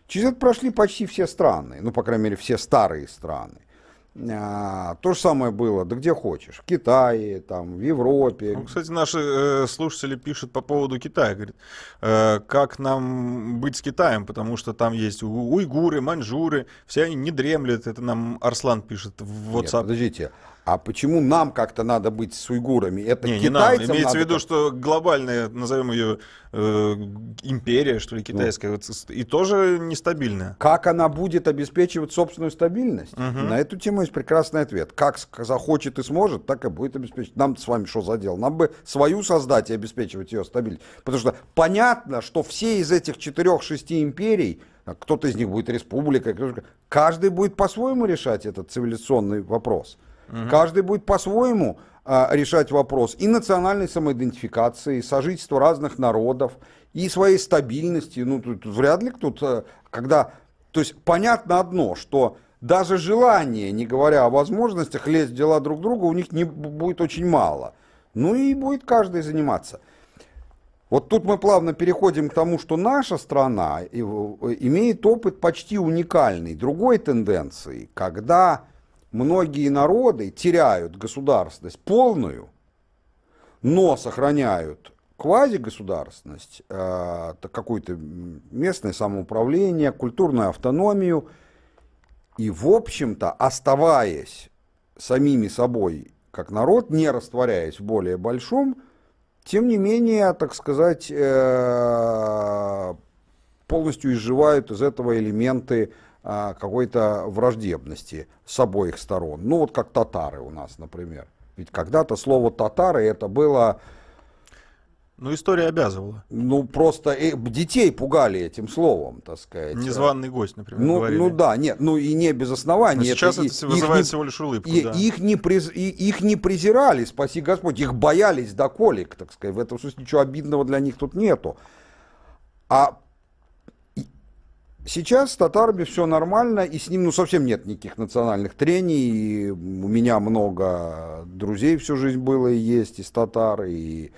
Через это прошли почти все страны, ну, по крайней мере, все старые страны. То же самое было, да где хочешь, в Китае, там, в Европе. Ну, кстати, наши слушатели пишут по поводу Китая, говорят, как нам быть с Китаем, потому что там есть уйгуры, маньчжуры, все они не дремлят, это нам Арслан пишет в WhatsApp. Нет, подождите, а почему нам как-то надо быть с уйгурами? Это не нам. китайцам Имеется в надо виду, что глобальная, назовем ее империя, что ли, китайская, вот, и тоже нестабильная. Как она будет обеспечивать собственную стабильность? На эту тему есть прекрасный ответ. Как захочет и сможет, так и будет обеспечивать. Нам с вами что за дело? Нам бы свою создать и обеспечивать ее стабильность. Потому что понятно, что все из этих 4-6 империй, кто-то из них будет республикой, каждый будет по-своему решать этот цивилизационный вопрос. Каждый будет по-своему решать вопрос и национальной самоидентификации, и сожительства разных народов, и своей стабильности. Ну, тут вряд ли кто-то, когда... То есть понятно одно, что даже желание, не говоря о возможностях, лезть в дела друг друга, у них не будет очень мало. Ну и будет каждый заниматься. Вот тут мы плавно переходим к тому, что наша страна имеет опыт почти уникальный, другой тенденции, когда многие народы теряют государственность полную, но сохраняют квазигосударственность, какое-то местное самоуправление, культурную автономию, и, в общем-то, оставаясь самими собой как народ, не растворяясь в более большом, тем не менее, так сказать, полностью изживают из этого элементы какой-то враждебности с обоих сторон. Ну, вот как татары у нас, например. Ведь когда-то слово «татары» это было... Ну, история обязывала. Ну, просто детей пугали этим словом, так сказать. Незваный гость, например, говорили. Ну да, нет, ну и не без оснований. Но сейчас это вызывает всего лишь улыбку. Да. Их не презирали, спаси Господь, их боялись до колик, так сказать. В этом смысле ничего обидного для них тут нету. А сейчас с татарами все нормально, и с ним ну, совсем нет никаких национальных трений. И у меня много друзей всю жизнь было и есть из татар, и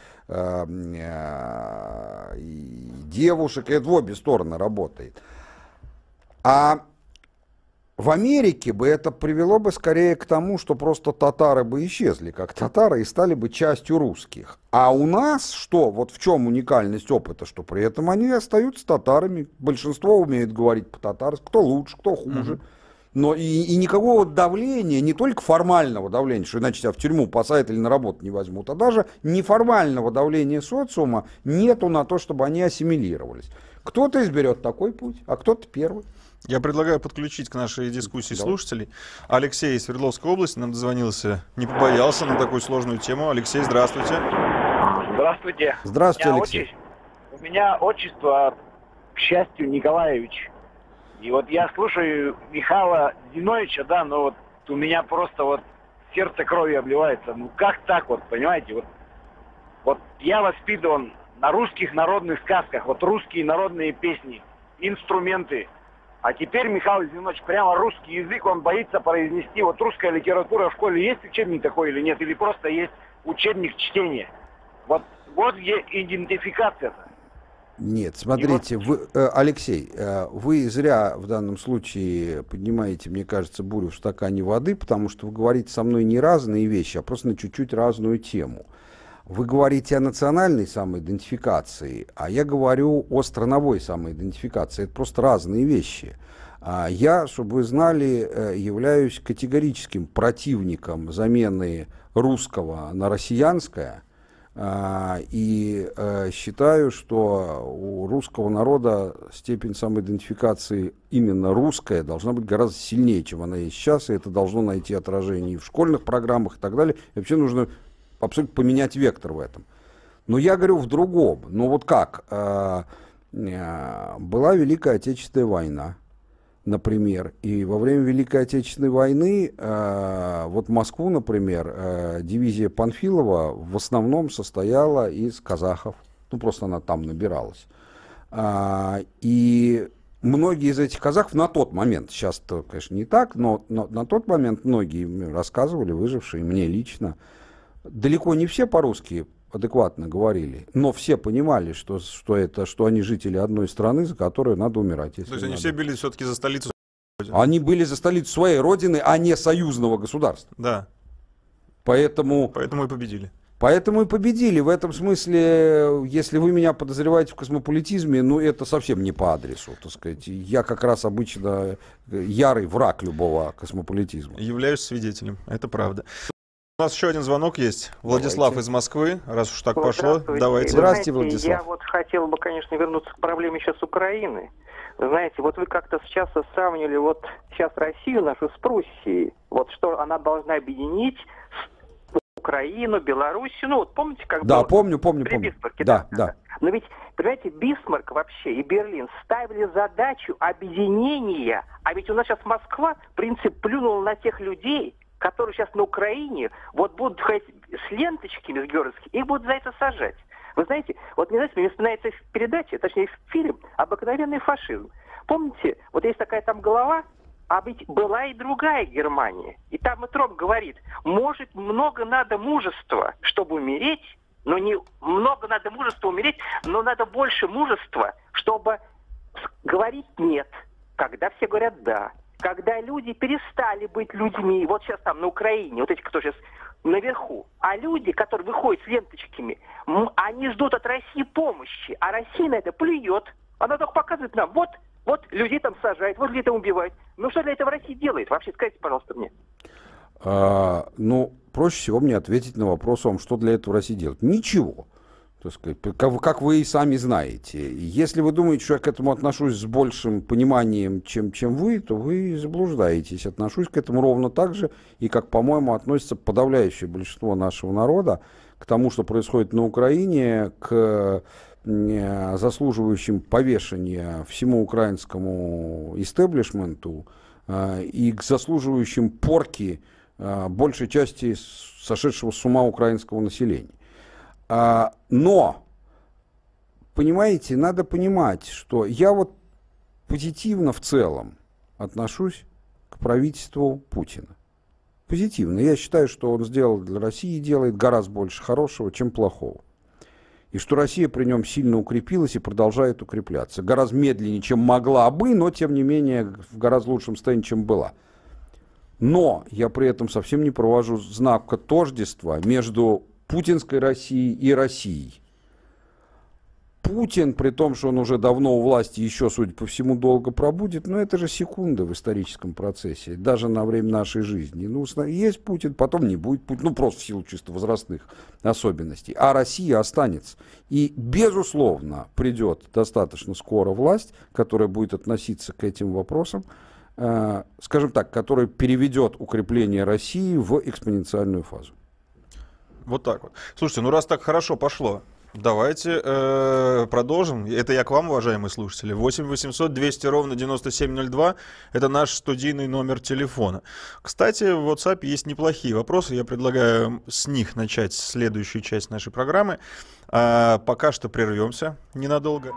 девушек, и это в обе стороны работает. А в Америке бы это привело бы скорее к тому, что просто татары бы исчезли как татары и стали бы частью русских. А у нас что? Вот в чем уникальность опыта, что при этом они остаются татарами. Большинство умеет говорить по-татарски, кто лучше, кто хуже. Но и никакого давления, не только формального давления, что иначе тебя в тюрьму посадят или на работу не возьмут, а даже неформального давления социума нету на то, чтобы они ассимилировались. Кто-то изберет такой путь, а кто-то первый. Я предлагаю подключить к нашей дискуссии слушателей. Алексей из Свердловской области нам дозвонился, не побоялся на такую сложную тему. Алексей, здравствуйте. Здравствуйте. Здравствуйте, Алексей. У меня отчество, к счастью, Николаевич. И вот я слушаю Михаила Зиновича, да, но вот у меня просто вот сердце кровью обливается. Ну как так вот, понимаете? Вот я воспитыван на русских народных сказках, вот русские народные песни, инструменты. А теперь Михаил Зинович прямо русский язык, он боится произнести. Вот русская литература в школе есть учебник такой или нет? Или просто есть учебник чтения? Вот где идентификация-то. Нет, смотрите, Алексей, вы зря в данном случае поднимаете, мне кажется, бурю в стакане воды, потому что вы говорите со мной не разные вещи, а просто на чуть-чуть разную тему. Вы говорите о национальной самоидентификации, а я говорю о страновой самоидентификации. Это просто разные вещи. Я, чтобы вы знали, являюсь категорическим противником замены русского на россиянское. И считаю, что у русского народа степень самоидентификации именно русская должна быть гораздо сильнее, чем она есть сейчас, и это должно найти отражение и в школьных программах и так далее. И вообще нужно абсолютно поменять вектор в этом. Но я говорю в другом. Ну вот как? Была Великая Отечественная война, например, и во время Великой Отечественной войны, вот Москву, например, дивизия Панфилова в основном состояла из казахов. Ну, просто она там набиралась. И многие из этих казахов на тот момент, сейчас-то, конечно, не так, но на тот момент многие рассказывали, выжившие, мне лично, далеко не все по-русски адекватно говорили, но все понимали, что они жители одной страны, за которую надо умирать. То есть они все были все-таки за столицу? Они были за столицу своей родины, а не союзного государства. Да. Поэтому и победили. Поэтому и победили. В этом смысле, если вы меня подозреваете в космополитизме, ну, это совсем не по адресу, так сказать. Я как раз обычно ярый враг любого космополитизма. Являюсь свидетелем, это правда. У нас еще один звонок есть. Владислав из Москвы, раз уж так пошло. Давайте. Здравствуйте, Владислав. Я вот хотел бы, конечно, вернуться к проблеме сейчас Украины. Вы знаете, вот вы как-то сейчас сравнивали вот сейчас Россию нашу с Пруссией. Вот что она должна объединить Украину, Белоруссию. Ну вот помните, как да, было помню. при Бисмарке? Да. Но ведь, понимаете, Бисмарк вообще и Берлин ставили задачу объединения. А ведь у нас сейчас Москва, в принципе, плюнула на тех людей, которые сейчас на Украине вот будут ходить с ленточками с георгиевскими, их будут за это сажать. Вы знаете, вот мне вспоминается передача, точнее фильм «Обыкновенный фашизм». Помните, вот есть такая там глава, а ведь была и другая Германия. И там Тромп говорит, может, много надо мужества, чтобы умереть, но не много надо мужества умереть, но надо больше мужества, чтобы говорить «нет», когда все говорят «да». Когда люди перестали быть людьми, вот сейчас там на Украине, вот эти, кто сейчас наверху, а люди, которые выходят с ленточками, они ждут от России помощи, а Россия на это плюет. Она только показывает нам, вот людей там сажают, вот людей там убивают. Ну что для этого Россия делает? Вообще скажите, пожалуйста, мне. Ну, проще всего мне ответить на вопрос вам, что для этого Россия делает. Ничего. Так сказать, как вы и сами знаете. Если вы думаете, что я к этому отношусь с большим пониманием, чем вы, то вы заблуждаетесь. Отношусь к этому ровно так же, и как, по-моему, относится подавляющее большинство нашего народа к тому, что происходит на Украине, к заслуживающим повешения всему украинскому истеблишменту и к заслуживающим порки большей части сошедшего с ума украинского населения. Но, понимаете, надо понимать, что я вот позитивно в целом отношусь к правительству Путина. Позитивно. Я считаю, что он сделал для России, делает гораздо больше хорошего, чем плохого. И что Россия при нем сильно укрепилась и продолжает укрепляться. Гораздо медленнее, чем могла бы, но, тем не менее, в гораздо лучшем состоянии, чем была. Но я при этом совсем не провожу знака тождества между путинской Россией и Россией. Путин, при том, что он уже давно у власти, еще, судя по всему, долго пробудет, но это же секунды в историческом процессе, даже на время нашей жизни. Ну, есть Путин, потом не будет Путин, ну, просто в силу чисто возрастных особенностей. А Россия останется. И, безусловно, придет достаточно скоро власть, которая будет относиться к этим вопросам, скажем так, которая переведет укрепление России в экспоненциальную фазу. Вот так вот. Слушайте, ну раз так хорошо пошло, давайте продолжим. Это я к вам, уважаемые слушатели. 8 800 200 ровно 9702. Это наш студийный номер телефона. Кстати, в WhatsApp есть неплохие вопросы. Я предлагаю с них начать следующую часть нашей программы. Пока что прервемся ненадолго.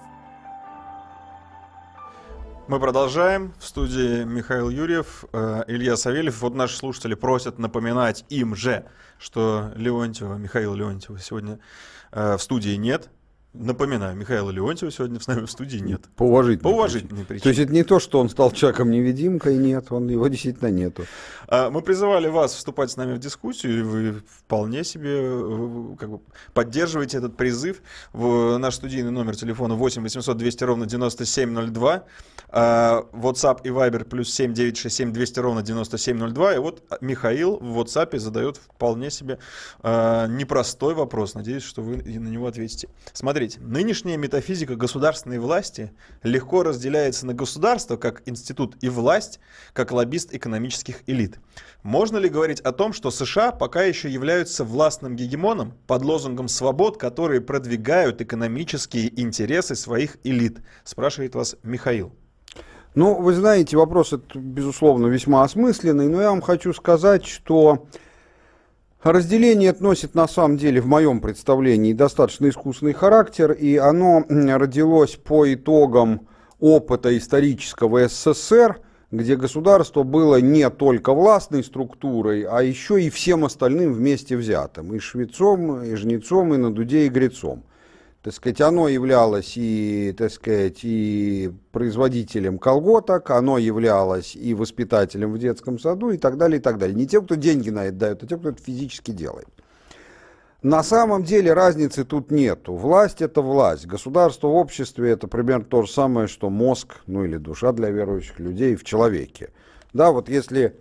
Мы продолжаем. В студии Михаил Юрьев, Илья Савельев. Вот наши слушатели просят напоминать им же, что Михаила Леонтьева сегодня в студии нет. Напоминаю, Михаила Леонтьева сегодня с нами в студии нет. По уважительной причине. То есть это не то, что он стал человеком-невидимкой, нет, его действительно нету. Мы призывали вас вступать с нами в дискуссию, и вы вполне себе как бы поддерживаете этот призыв. Наш студийный номер телефона 8 800 200 ровно 9702. WhatsApp и Viber +7 967 200 ровно 9702. И вот Михаил в WhatsApp задает вполне себе непростой вопрос. Надеюсь, что вы на него ответите. Смотрите, нынешняя метафизика государственной власти легко разделяется на государство как институт и власть как лоббист экономических элит. Можно ли говорить о том, что США пока еще являются властным гегемоном под лозунгом свобод, которые продвигают экономические интересы своих элит? Спрашивает вас Михаил. Ну, вы знаете, вопрос этот, безусловно, весьма осмысленный, но я вам хочу сказать, что разделение это носит, на самом деле, в моем представлении, достаточно искусственный характер, и оно родилось по итогам опыта исторического СССР, где государство было не только властной структурой, а еще и всем остальным вместе взятым, и швецом, и жнецом, и на дуде, и грецом. Так сказать, оно являлось и, так сказать, и производителем колготок, оно являлось и воспитателем в детском саду, и так далее, и так далее. Не тем, кто деньги на это дает, а тем, кто это физически делает. На самом деле разницы тут нету. Власть — это власть. Государство в обществе — это примерно то же самое, что мозг, ну или душа для верующих людей в человеке. Да, вот если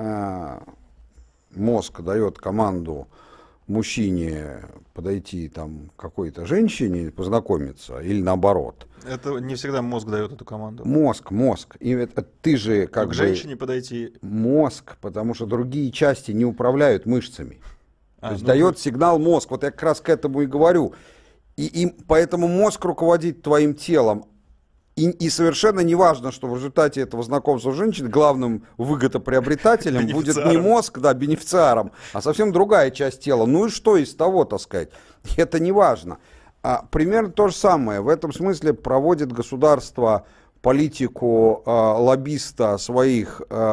мозг дает команду мужчине подойти там, к какой-то женщине, познакомиться, или наоборот. Это не всегда мозг дает эту команду. Мозг. И это ты же как бы... К женщине подойти. Мозг, потому что другие части не управляют мышцами. То есть ну, дает сигнал мозг. Вот я как раз к этому и говорю. И поэтому мозг руководит твоим телом. И совершенно не важно, что в результате этого знакомства с женщиной главным выгодоприобретателем будет не мозг, да, бенефициаром, а совсем другая часть тела. Ну и что из того, так сказать? Это не важно. Примерно то же самое. В этом смысле проводит государство политику лоббиста своей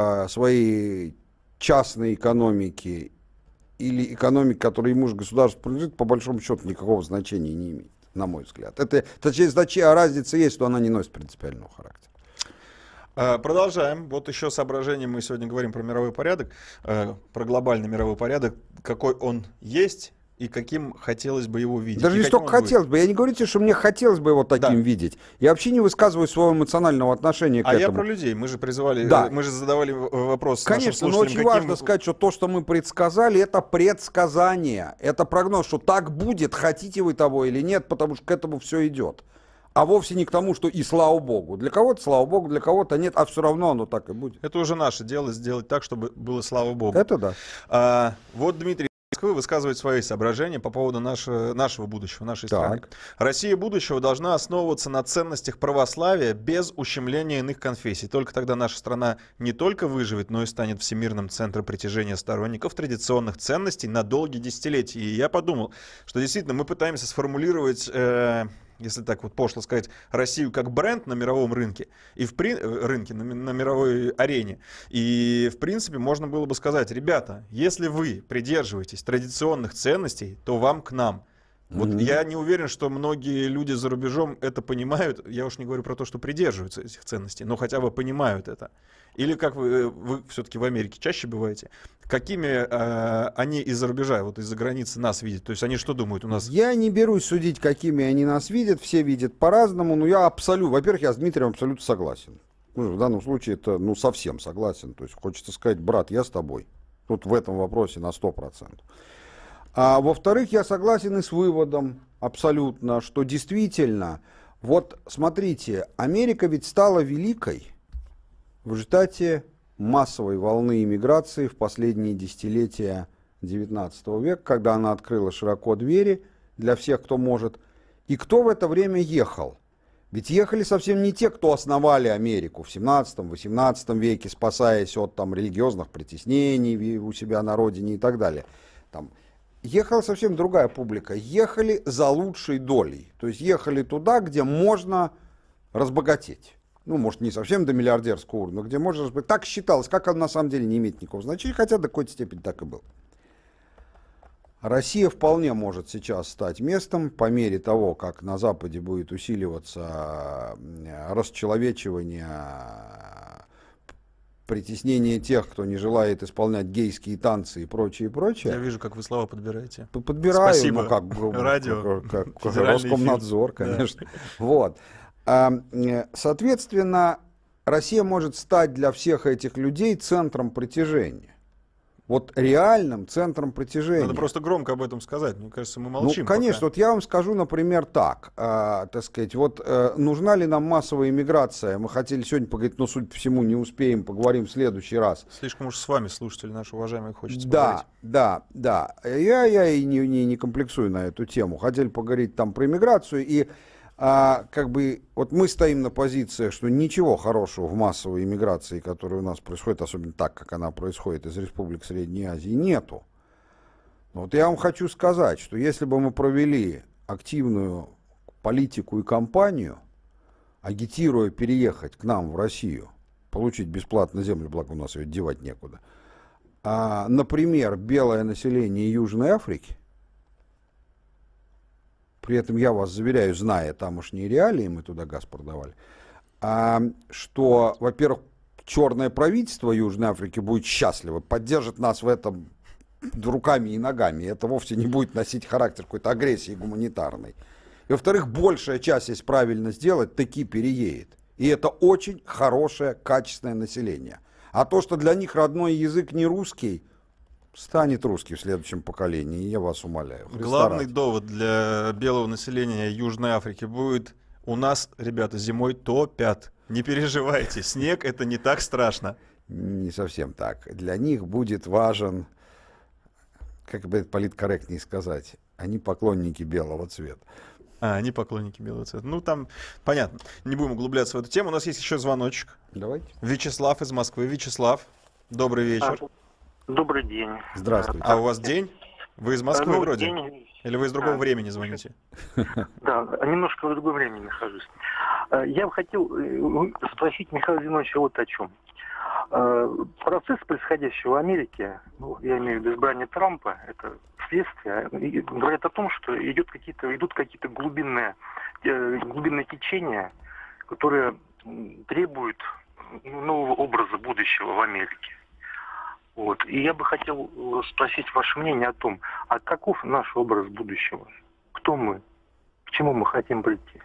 частной экономики или экономики, которой ему же государство принадлежит, по большому счету никакого значения не имеет, на мой взгляд. Это, точнее, разница есть, что она не носит принципиального характера. Продолжаем. Вот еще соображение. Мы сегодня говорим про мировой порядок, про глобальный мировой порядок, какой он есть и каким хотелось бы его видеть. Даже не столько хотелось бы. Я не говорю тебе, что мне хотелось бы его таким видеть. Я вообще не высказываю своего эмоционального отношения к этому. А я про людей. Мы же призывали, мы же задавали вопрос Конечно, но очень важно сказать, что то, что мы предсказали, это предсказание. Это прогноз, что так будет, хотите вы того или нет, потому что к этому все идет. А вовсе не к тому, что и слава богу. Для кого-то слава богу, для кого-то нет, а все равно оно так и будет. Это уже наше дело сделать так, чтобы было слава богу. Это да. Вот Дмитрий высказывает свои соображения по поводу нашего будущего, нашей страны. Россия будущего должна основываться на ценностях православия без ущемления иных конфессий. Только тогда наша страна не только выживет, но и станет всемирным центром притяжения сторонников традиционных ценностей на долгие десятилетия. И я подумал, что действительно мы пытаемся сформулировать... если так вот пошло сказать, Россию как бренд на мировом рынке, и на мировой арене. И, в принципе, можно было бы сказать, ребята, если вы придерживаетесь традиционных ценностей, то вам к нам. Вот я не уверен, что многие люди за рубежом это понимают. Я уж не говорю про то, что придерживаются этих ценностей, но хотя бы понимают это. Или как вы все-таки в Америке чаще бываете, какими они из-за рубежа, вот из-за границы нас видят? То есть они что думают у нас? Я не берусь судить, какими они нас видят. Все видят по-разному. Но я абсолютно, во-первых, я с Дмитрием абсолютно согласен. Ну, в данном случае это совсем согласен. То есть хочется сказать, брат, я с тобой. Тут в этом вопросе на 100%. А во-вторых, я согласен и с выводом абсолютно, что действительно, вот смотрите, Америка ведь стала великой в результате массовой волны иммиграции в последние десятилетия XIX века, когда она открыла широко двери для всех, кто может. И кто в это время ехал? Ведь ехали совсем не те, кто основали Америку в 17-18 веке, спасаясь от религиозных притеснений у себя на родине и так далее. Ехала совсем другая публика. Ехали за лучшей долей. То есть ехали туда, где можно разбогатеть. Ну, может, не совсем до миллиардерского уровня, но где можно разбогатеть. Так считалось, как оно на самом деле не имеет никакого значения, хотя до какой-то степени так и было. Россия вполне может сейчас стать местом, по мере того, как на Западе будет усиливаться расчеловечивание, притеснение тех, кто не желает исполнять гейские танцы и прочее, прочее. Я вижу, как вы слова подбираете. Подбираю, спасибо. Радио, как Роскомнадзор, конечно. Да. Вот. Соответственно, Россия может стать для всех этих людей центром притяжения. Вот реальным центром притяжения. Надо просто громко об этом сказать. Мне кажется, мы молчим. Ну, конечно, вот я вам скажу, например, так. Так сказать, вот нужна ли нам массовая иммиграция? Мы хотели сегодня поговорить, но, судя по всему, не успеем, поговорим в следующий раз. Слишком уж с вами, слушатели наши уважаемые, хочется поговорить. Да. Я и не комплексую на эту тему. Хотели поговорить там про иммиграцию, и вот мы стоим на позиции, что ничего хорошего в массовой иммиграции, которая у нас происходит, особенно так, как она происходит из республик Средней Азии, нету. Но вот я вам хочу сказать, что если бы мы провели активную политику и кампанию, агитируя переехать к нам в Россию, получить бесплатно землю, благо у нас ее девать некуда. Например, белое население Южной Африки, при этом я вас заверяю, зная тамошние реалии, мы туда газ продавали, что, во-первых, черное правительство Южной Африки будет счастливо, поддержит нас в этом руками и ногами. Это вовсе не будет носить характер какой-то агрессии гуманитарной. И, во-вторых, большая часть, если правильно сделать, таки переедет. И это очень хорошее, качественное население. А то, что для них родной язык не русский, станет русский в следующем поколении, я вас умоляю. Главный довод для белого населения Южной Африки будет: у нас, ребята, зимой топят. Не переживайте, снег — это не так страшно. Не совсем так. Для них будет важен, как бы это политкорректнее сказать, они поклонники белого цвета. Они поклонники белого цвета. Ну, там, понятно. Не будем углубляться в эту тему. У нас есть еще звоночек. Давайте. Вячеслав из Москвы. Вячеслав, добрый вечер. Добрый день. Здравствуйте. А у вас день? Вы из Москвы вроде? День. Или вы из другого времени звоните? Да, немножко в другом времени нахожусь. Я бы хотел спросить Михаила Зиновича вот о чем. Процесс, происходящий в Америке, я имею в виду избрание Трампа, это следствие, говорят о том, что идут какие-то глубинные течения, которые требуют нового образа будущего в Америке. Вот. И я бы хотел спросить ваше мнение о том, а каков наш образ будущего? Кто мы? К чему мы хотим прийти?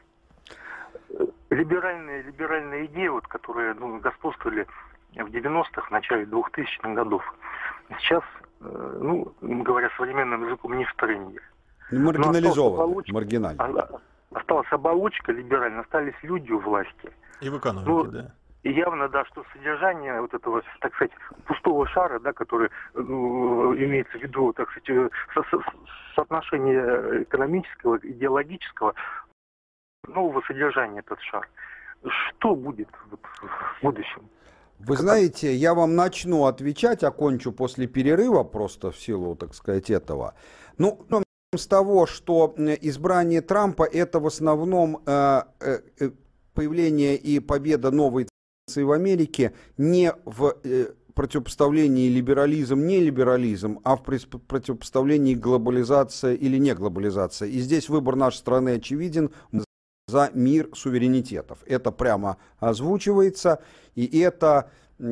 Либеральные идеи, которые господствовали в 90-х, в начале 2000-х годов, сейчас, говоря современным языком, не в тренде. Маргинализованы, маргинально. Осталась оболочка либеральная, остались люди у власти. И в экономике, да. И явно, да, что содержание вот этого, так сказать, пустого шара, да, который имеется в виду, так сказать, соотношение экономического, идеологического, нового содержания этот шар. Что будет в будущем? Вы знаете, я вам начну отвечать, окончу после перерыва, просто в силу, так сказать, этого. С того, что избрание Трампа — это в основном появление и победа новой в Америке не в противопоставлении либерализм-нелиберализм, а в противопоставлении глобализация или не глобализация. И здесь выбор нашей страны очевиден: за мир суверенитетов. Это прямо озвучивается, и это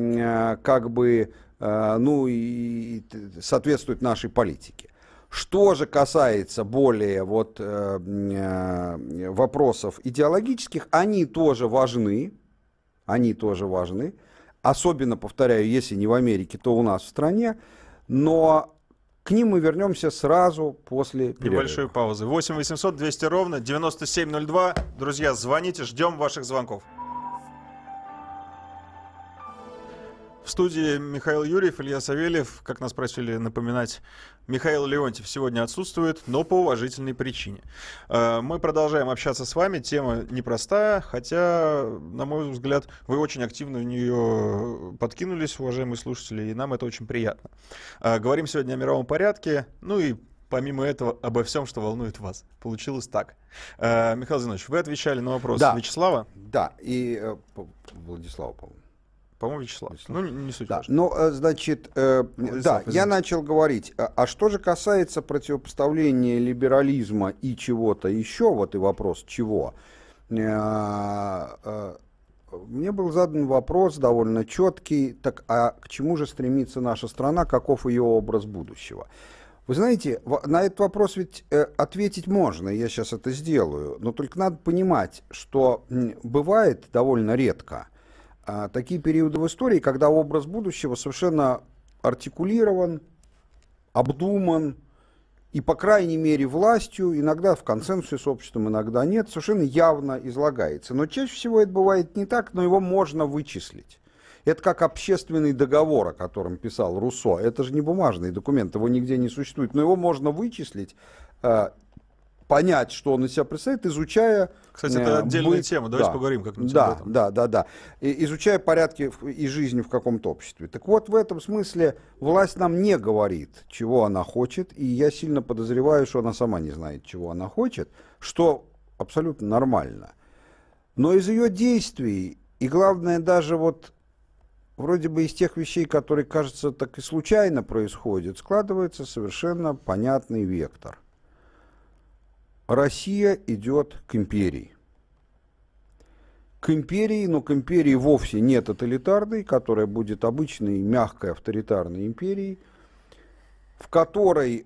и соответствует нашей политике. Что же касается более вопросов идеологических, они тоже важны, особенно, повторяю, если не в Америке, то у нас в стране, но к ним мы вернемся сразу после перерыва. Небольшой паузы. 8 800 200 ровно 9702. Друзья, звоните, ждем ваших звонков. В студии Михаил Юрьев, Илья Савельев. Как нас просили напоминать, Михаил Леонтьев сегодня отсутствует, но по уважительной причине. Мы продолжаем общаться с вами. Тема непростая, хотя, на мой взгляд, вы очень активно в нее подкинулись, уважаемые слушатели, и нам это очень приятно. Говорим сегодня о мировом порядке, и помимо этого обо всем, что волнует вас. Получилось так. Михаил Зинович, вы отвечали на вопрос Вячеслава? Да, и Владислава, по-моему. По-моему, Вячеслав. Не суть да. важно. Я начал говорить. А что же касается противопоставления либерализма и чего-то еще, и вопрос чего, мне был задан вопрос довольно четкий: так а к чему же стремится наша страна, каков ее образ будущего? Вы знаете, на этот вопрос ведь ответить можно, я сейчас это сделаю, но только надо понимать, что бывает довольно редко такие периоды в истории, когда образ будущего совершенно артикулирован, обдуман и, по крайней мере, властью, иногда в консенсусе с обществом, иногда нет, совершенно явно излагается. Но чаще всего это бывает не так, но его можно вычислить. Это как общественный договор, о котором писал Руссо. Это же не бумажный документ, его нигде не существует, но его можно вычислить, понять, что он из себя представляет, изучая... Кстати, это отдельная тема, давайте поговорим как-нибудь об этом. Да. Изучая порядки и жизни в каком-то обществе. Так вот, в этом смысле власть нам не говорит, чего она хочет, и я сильно подозреваю, что она сама не знает, чего она хочет, что абсолютно нормально. Но из ее действий, и главное, даже вроде бы из тех вещей, которые, кажется, так и случайно происходят, складывается совершенно понятный вектор. Россия идет к империи. К империи, но к империи вовсе не тоталитарной, которая будет обычной мягкой авторитарной империей, в которой,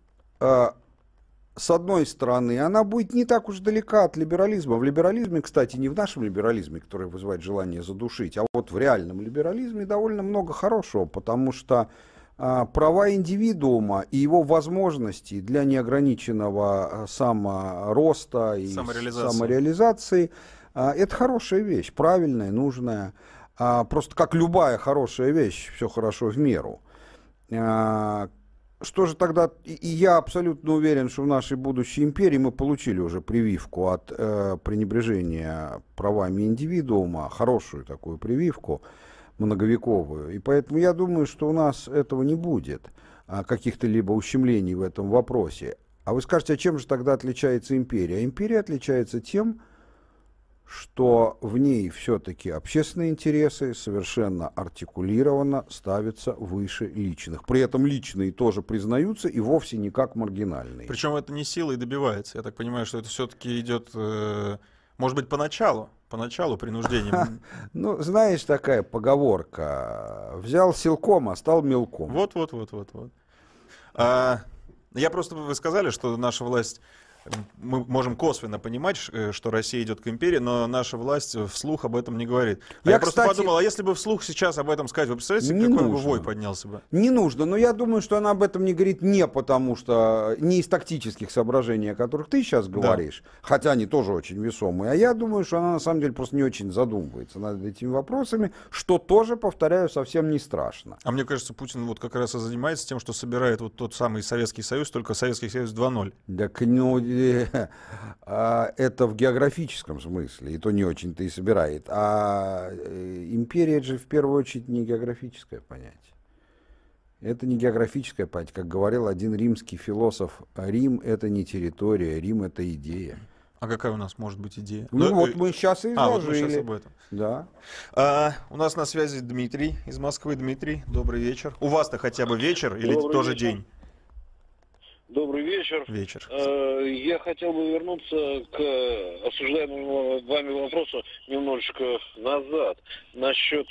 с одной стороны, она будет не так уж далека от либерализма. В либерализме, кстати, не в нашем либерализме, который вызывает желание задушить, а вот в реальном либерализме довольно много хорошего, потому что права индивидуума и его возможности для неограниченного самороста и самореализации это хорошая вещь, правильная, нужная. Просто как любая хорошая вещь, все хорошо в меру. Что же тогда, и я абсолютно уверен, что в нашей будущей империи мы получили уже прививку от пренебрежения правами индивидуума, хорошую такую прививку, многовековую. И поэтому я думаю, что у нас этого не будет, каких-то либо ущемлений в этом вопросе. А вы скажете, а чем же тогда отличается империя? Империя отличается тем, что в ней все-таки общественные интересы совершенно артикулированно ставятся выше личных. При этом личные тоже признаются и вовсе не как маргинальные. Причем это не силой добивается. Я так понимаю, что это все-таки идет, может быть, поначалу принуждением. Ну, знаешь, такая поговорка. Взял силком, а стал мелком. Вот. Я просто, вы сказали, что наша власть... Мы можем косвенно понимать, что Россия идет к империи, но наша власть вслух об этом не говорит. Я просто подумал, а если бы вслух сейчас об этом сказать, вы представляете, какой бы вой поднялся бы? Не нужно, но я думаю, что она об этом не говорит не потому, что не из тактических соображений, о которых ты сейчас говоришь, хотя они тоже очень весомые, а я думаю, что она на самом деле просто не очень задумывается над этими вопросами, что тоже, повторяю, совсем не страшно. А мне кажется, Путин вот как раз и занимается тем, что собирает вот тот самый Советский Союз, только Советский Союз 2.0. Так, это в географическом смысле, и то не очень-то и собирает. А империя же в первую очередь не географическое понятие. Это не географическое понятие. Как говорил один римский философ, Рим — это не территория, Рим — это идея. А какая у нас может быть идея? Ну вот мы сейчас и изложили. Вот мы сейчас об этом. Да. У нас на связи Дмитрий из Москвы. Дмитрий, добрый вечер. У вас-то хотя бы вечер или тоже день? Добрый вечер. Вечер. Я хотел бы вернуться к обсуждаемому вами вопросу немножечко назад насчет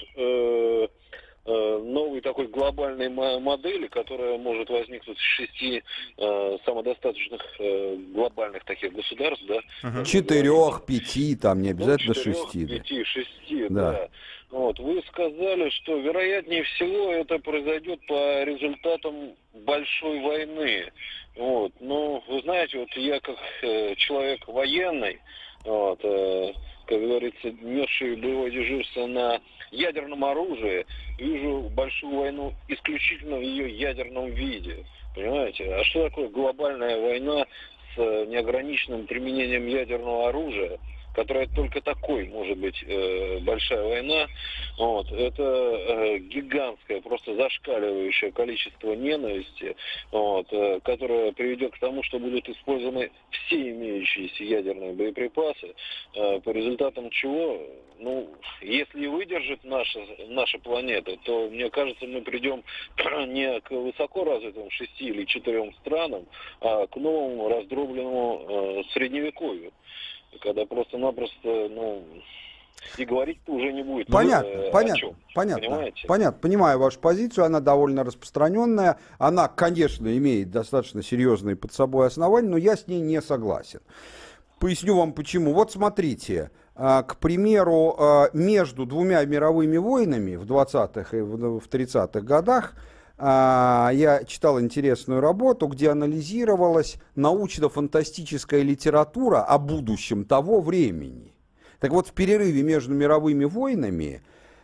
новой такой глобальной модели, которая может возникнуть из 6 самодостаточных глобальных таких государств, да? 4, 5, там не обязательно 6. 5, 6, да. Вот. Вы сказали, что вероятнее всего это произойдет по результатам большой войны. Вот. Ну, вы знаете, вот я как человек военный, вот, как говорится, несший боевое дежурство на ядерном оружии, вижу большую войну исключительно в ее ядерном виде. Понимаете? А что такое глобальная война с неограниченным применением ядерного оружия, которая только такой может быть большая война? Вот. Это гигантское, просто зашкаливающее количество ненависти, вот, которое приведет к тому, что будут использованы все имеющиеся ядерные боеприпасы, по результатам чего, ну, если выдержит наша планета, то, мне кажется, мы придем не к высоко развитым 6 или 4 странам, а к новому раздробленному средневековью, когда просто-напросто, ну, и говорить-то уже не будет. Понятно. Понимаю вашу позицию, она довольно распространенная, она, конечно, имеет достаточно серьезные под собой основания, но я с ней не согласен. Поясню вам почему. Вот смотрите, к примеру, между 2 мировыми войнами в 20-х и в 30-х годах я читал интересную работу, где анализировалась научно-фантастическая литература о будущем того времени. Так вот, в перерыве между мировыми войнами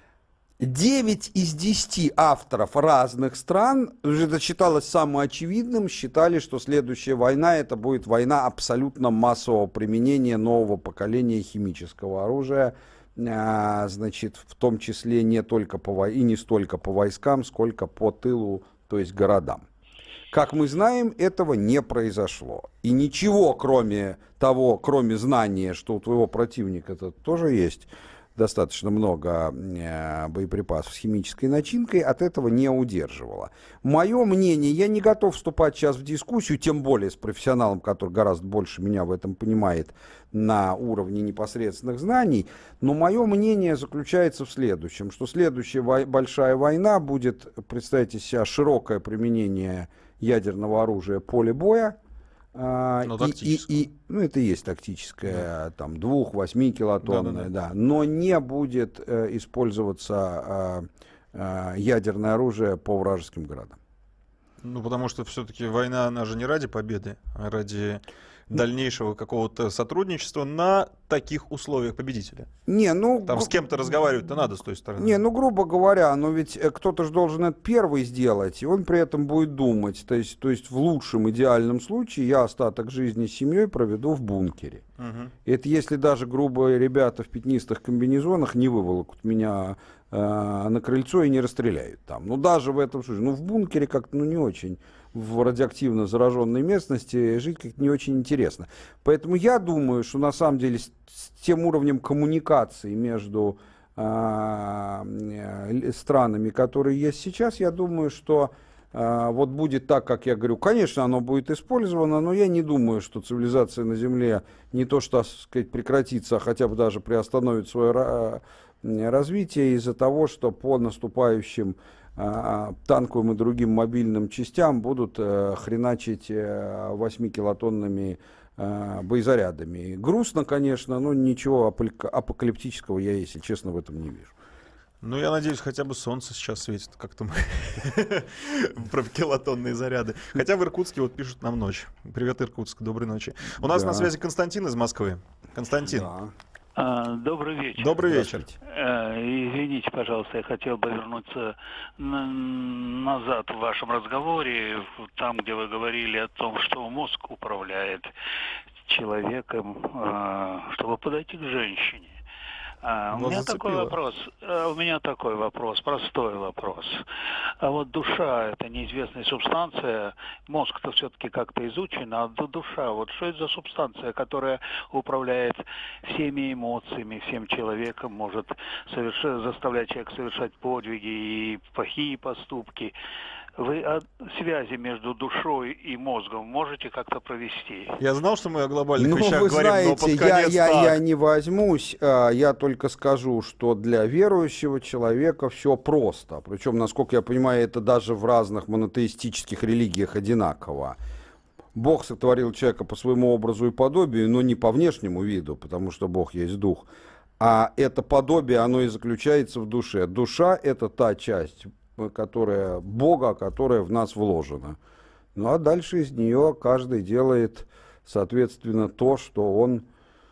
9 из 10 авторов разных стран, уже это считалось самоочевидным, считали, что следующая война — это будет война абсолютно массового применения нового поколения химического оружия, значит, в том числе не только и не столько по войскам, сколько по тылу, то есть городам. Как мы знаем, этого не произошло. И ничего, кроме знания, что у твоего противника это тоже есть достаточно много боеприпасов с химической начинкой, от этого не удерживала. Мое мнение, я не готов вступать сейчас в дискуссию, тем более с профессионалом, который гораздо больше меня в этом понимает на уровне непосредственных знаний, но мое мнение заключается в следующем, что следующая большая война будет, представьте себе, широкое применение ядерного оружия поле боя. Ну, это и есть тактическое, там, 2-8 килотонное, да. Но не будет использоваться ядерное оружие по вражеским городам. Ну, потому что все-таки война, она же не ради победы, а ради дальнейшего какого-то сотрудничества на таких условиях победителя. Там с кем-то разговаривать-то надо с той стороны. Грубо говоря, но ведь кто-то же должен это первый сделать, и он при этом будет думать. То есть в лучшем, идеальном случае я остаток жизни с семьей проведу в бункере. Это если даже грубые ребята в пятнистых комбинезонах не выволокут меня на крыльцо и не расстреляют там. Даже в этом случае. В бункере как-то не очень. В радиоактивно зараженной местности жить как-то не очень интересно. Поэтому я думаю, что на самом деле с тем уровнем коммуникации между странами, которые есть сейчас, я думаю, что вот будет так, как я говорю. Конечно, оно будет использовано, но я не думаю, что цивилизация на Земле не то что, так сказать, прекратится, а хотя бы даже приостановит свое развитие из-за того, что по наступающим танковым и другим мобильным частям будут хреначить 8-килотонными боезарядами. Грустно, конечно, но ничего апокалиптического я, если честно, в этом не вижу. Я надеюсь, хотя бы солнце сейчас светит, как-то мы про килотонные заряды. Хотя в Иркутске вот пишут нам ночь. Привет, Иркутск, доброй ночи. У нас на связи Константин из Москвы. Константин. Добрый вечер. Добрый вечер. Извините, пожалуйста, я хотел бы вернуться назад в вашем разговоре, там, где вы говорили о том, что мозг управляет человеком, чтобы подойти к женщине. У меня такой вопрос, простой вопрос. А вот душа — это неизвестная субстанция, мозг-то все-таки как-то изучен, а душа, вот что это за субстанция, которая управляет всеми эмоциями, всем человеком, может заставлять человека совершать подвиги и плохие поступки? Вы о связи между душой и мозгом можете как-то провести? Я знал, что мы о глобальных вещах вы говорим, знаете, но под конец я не возьмусь, я только скажу, что для верующего человека все просто. Причем, насколько я понимаю, это даже в разных монотеистических религиях одинаково. Бог сотворил человека по своему образу и подобию, но не по внешнему виду, потому что Бог есть дух. А это подобие, оно и заключается в душе. Душа — это та часть Бога, которая в нас вложена. А дальше из нее каждый делает, соответственно, то, что он,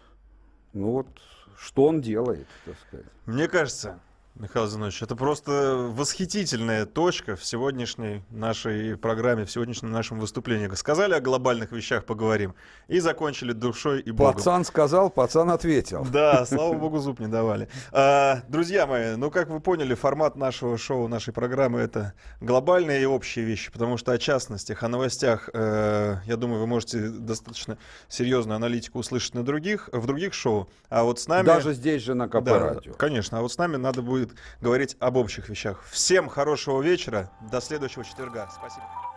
что он делает, так сказать. Мне кажется, Михаил Зинович, это просто восхитительная точка в сегодняшней нашей программе, в сегодняшнем нашем выступлении. Сказали о глобальных вещах, поговорим, и закончили душой и Богом. Пацан сказал, пацан ответил. Да, слава богу, зуб не давали. Друзья мои, как вы поняли, формат нашего шоу, нашей программы — это глобальные и общие вещи, потому что о частностях, о новостях, я думаю, вы можете достаточно серьезную аналитику услышать в других шоу. А вот с нами... Даже здесь же на КП Радио. Конечно, а вот с нами надо будет говорить об общих вещах. Всем хорошего вечера, до следующего четверга. Спасибо.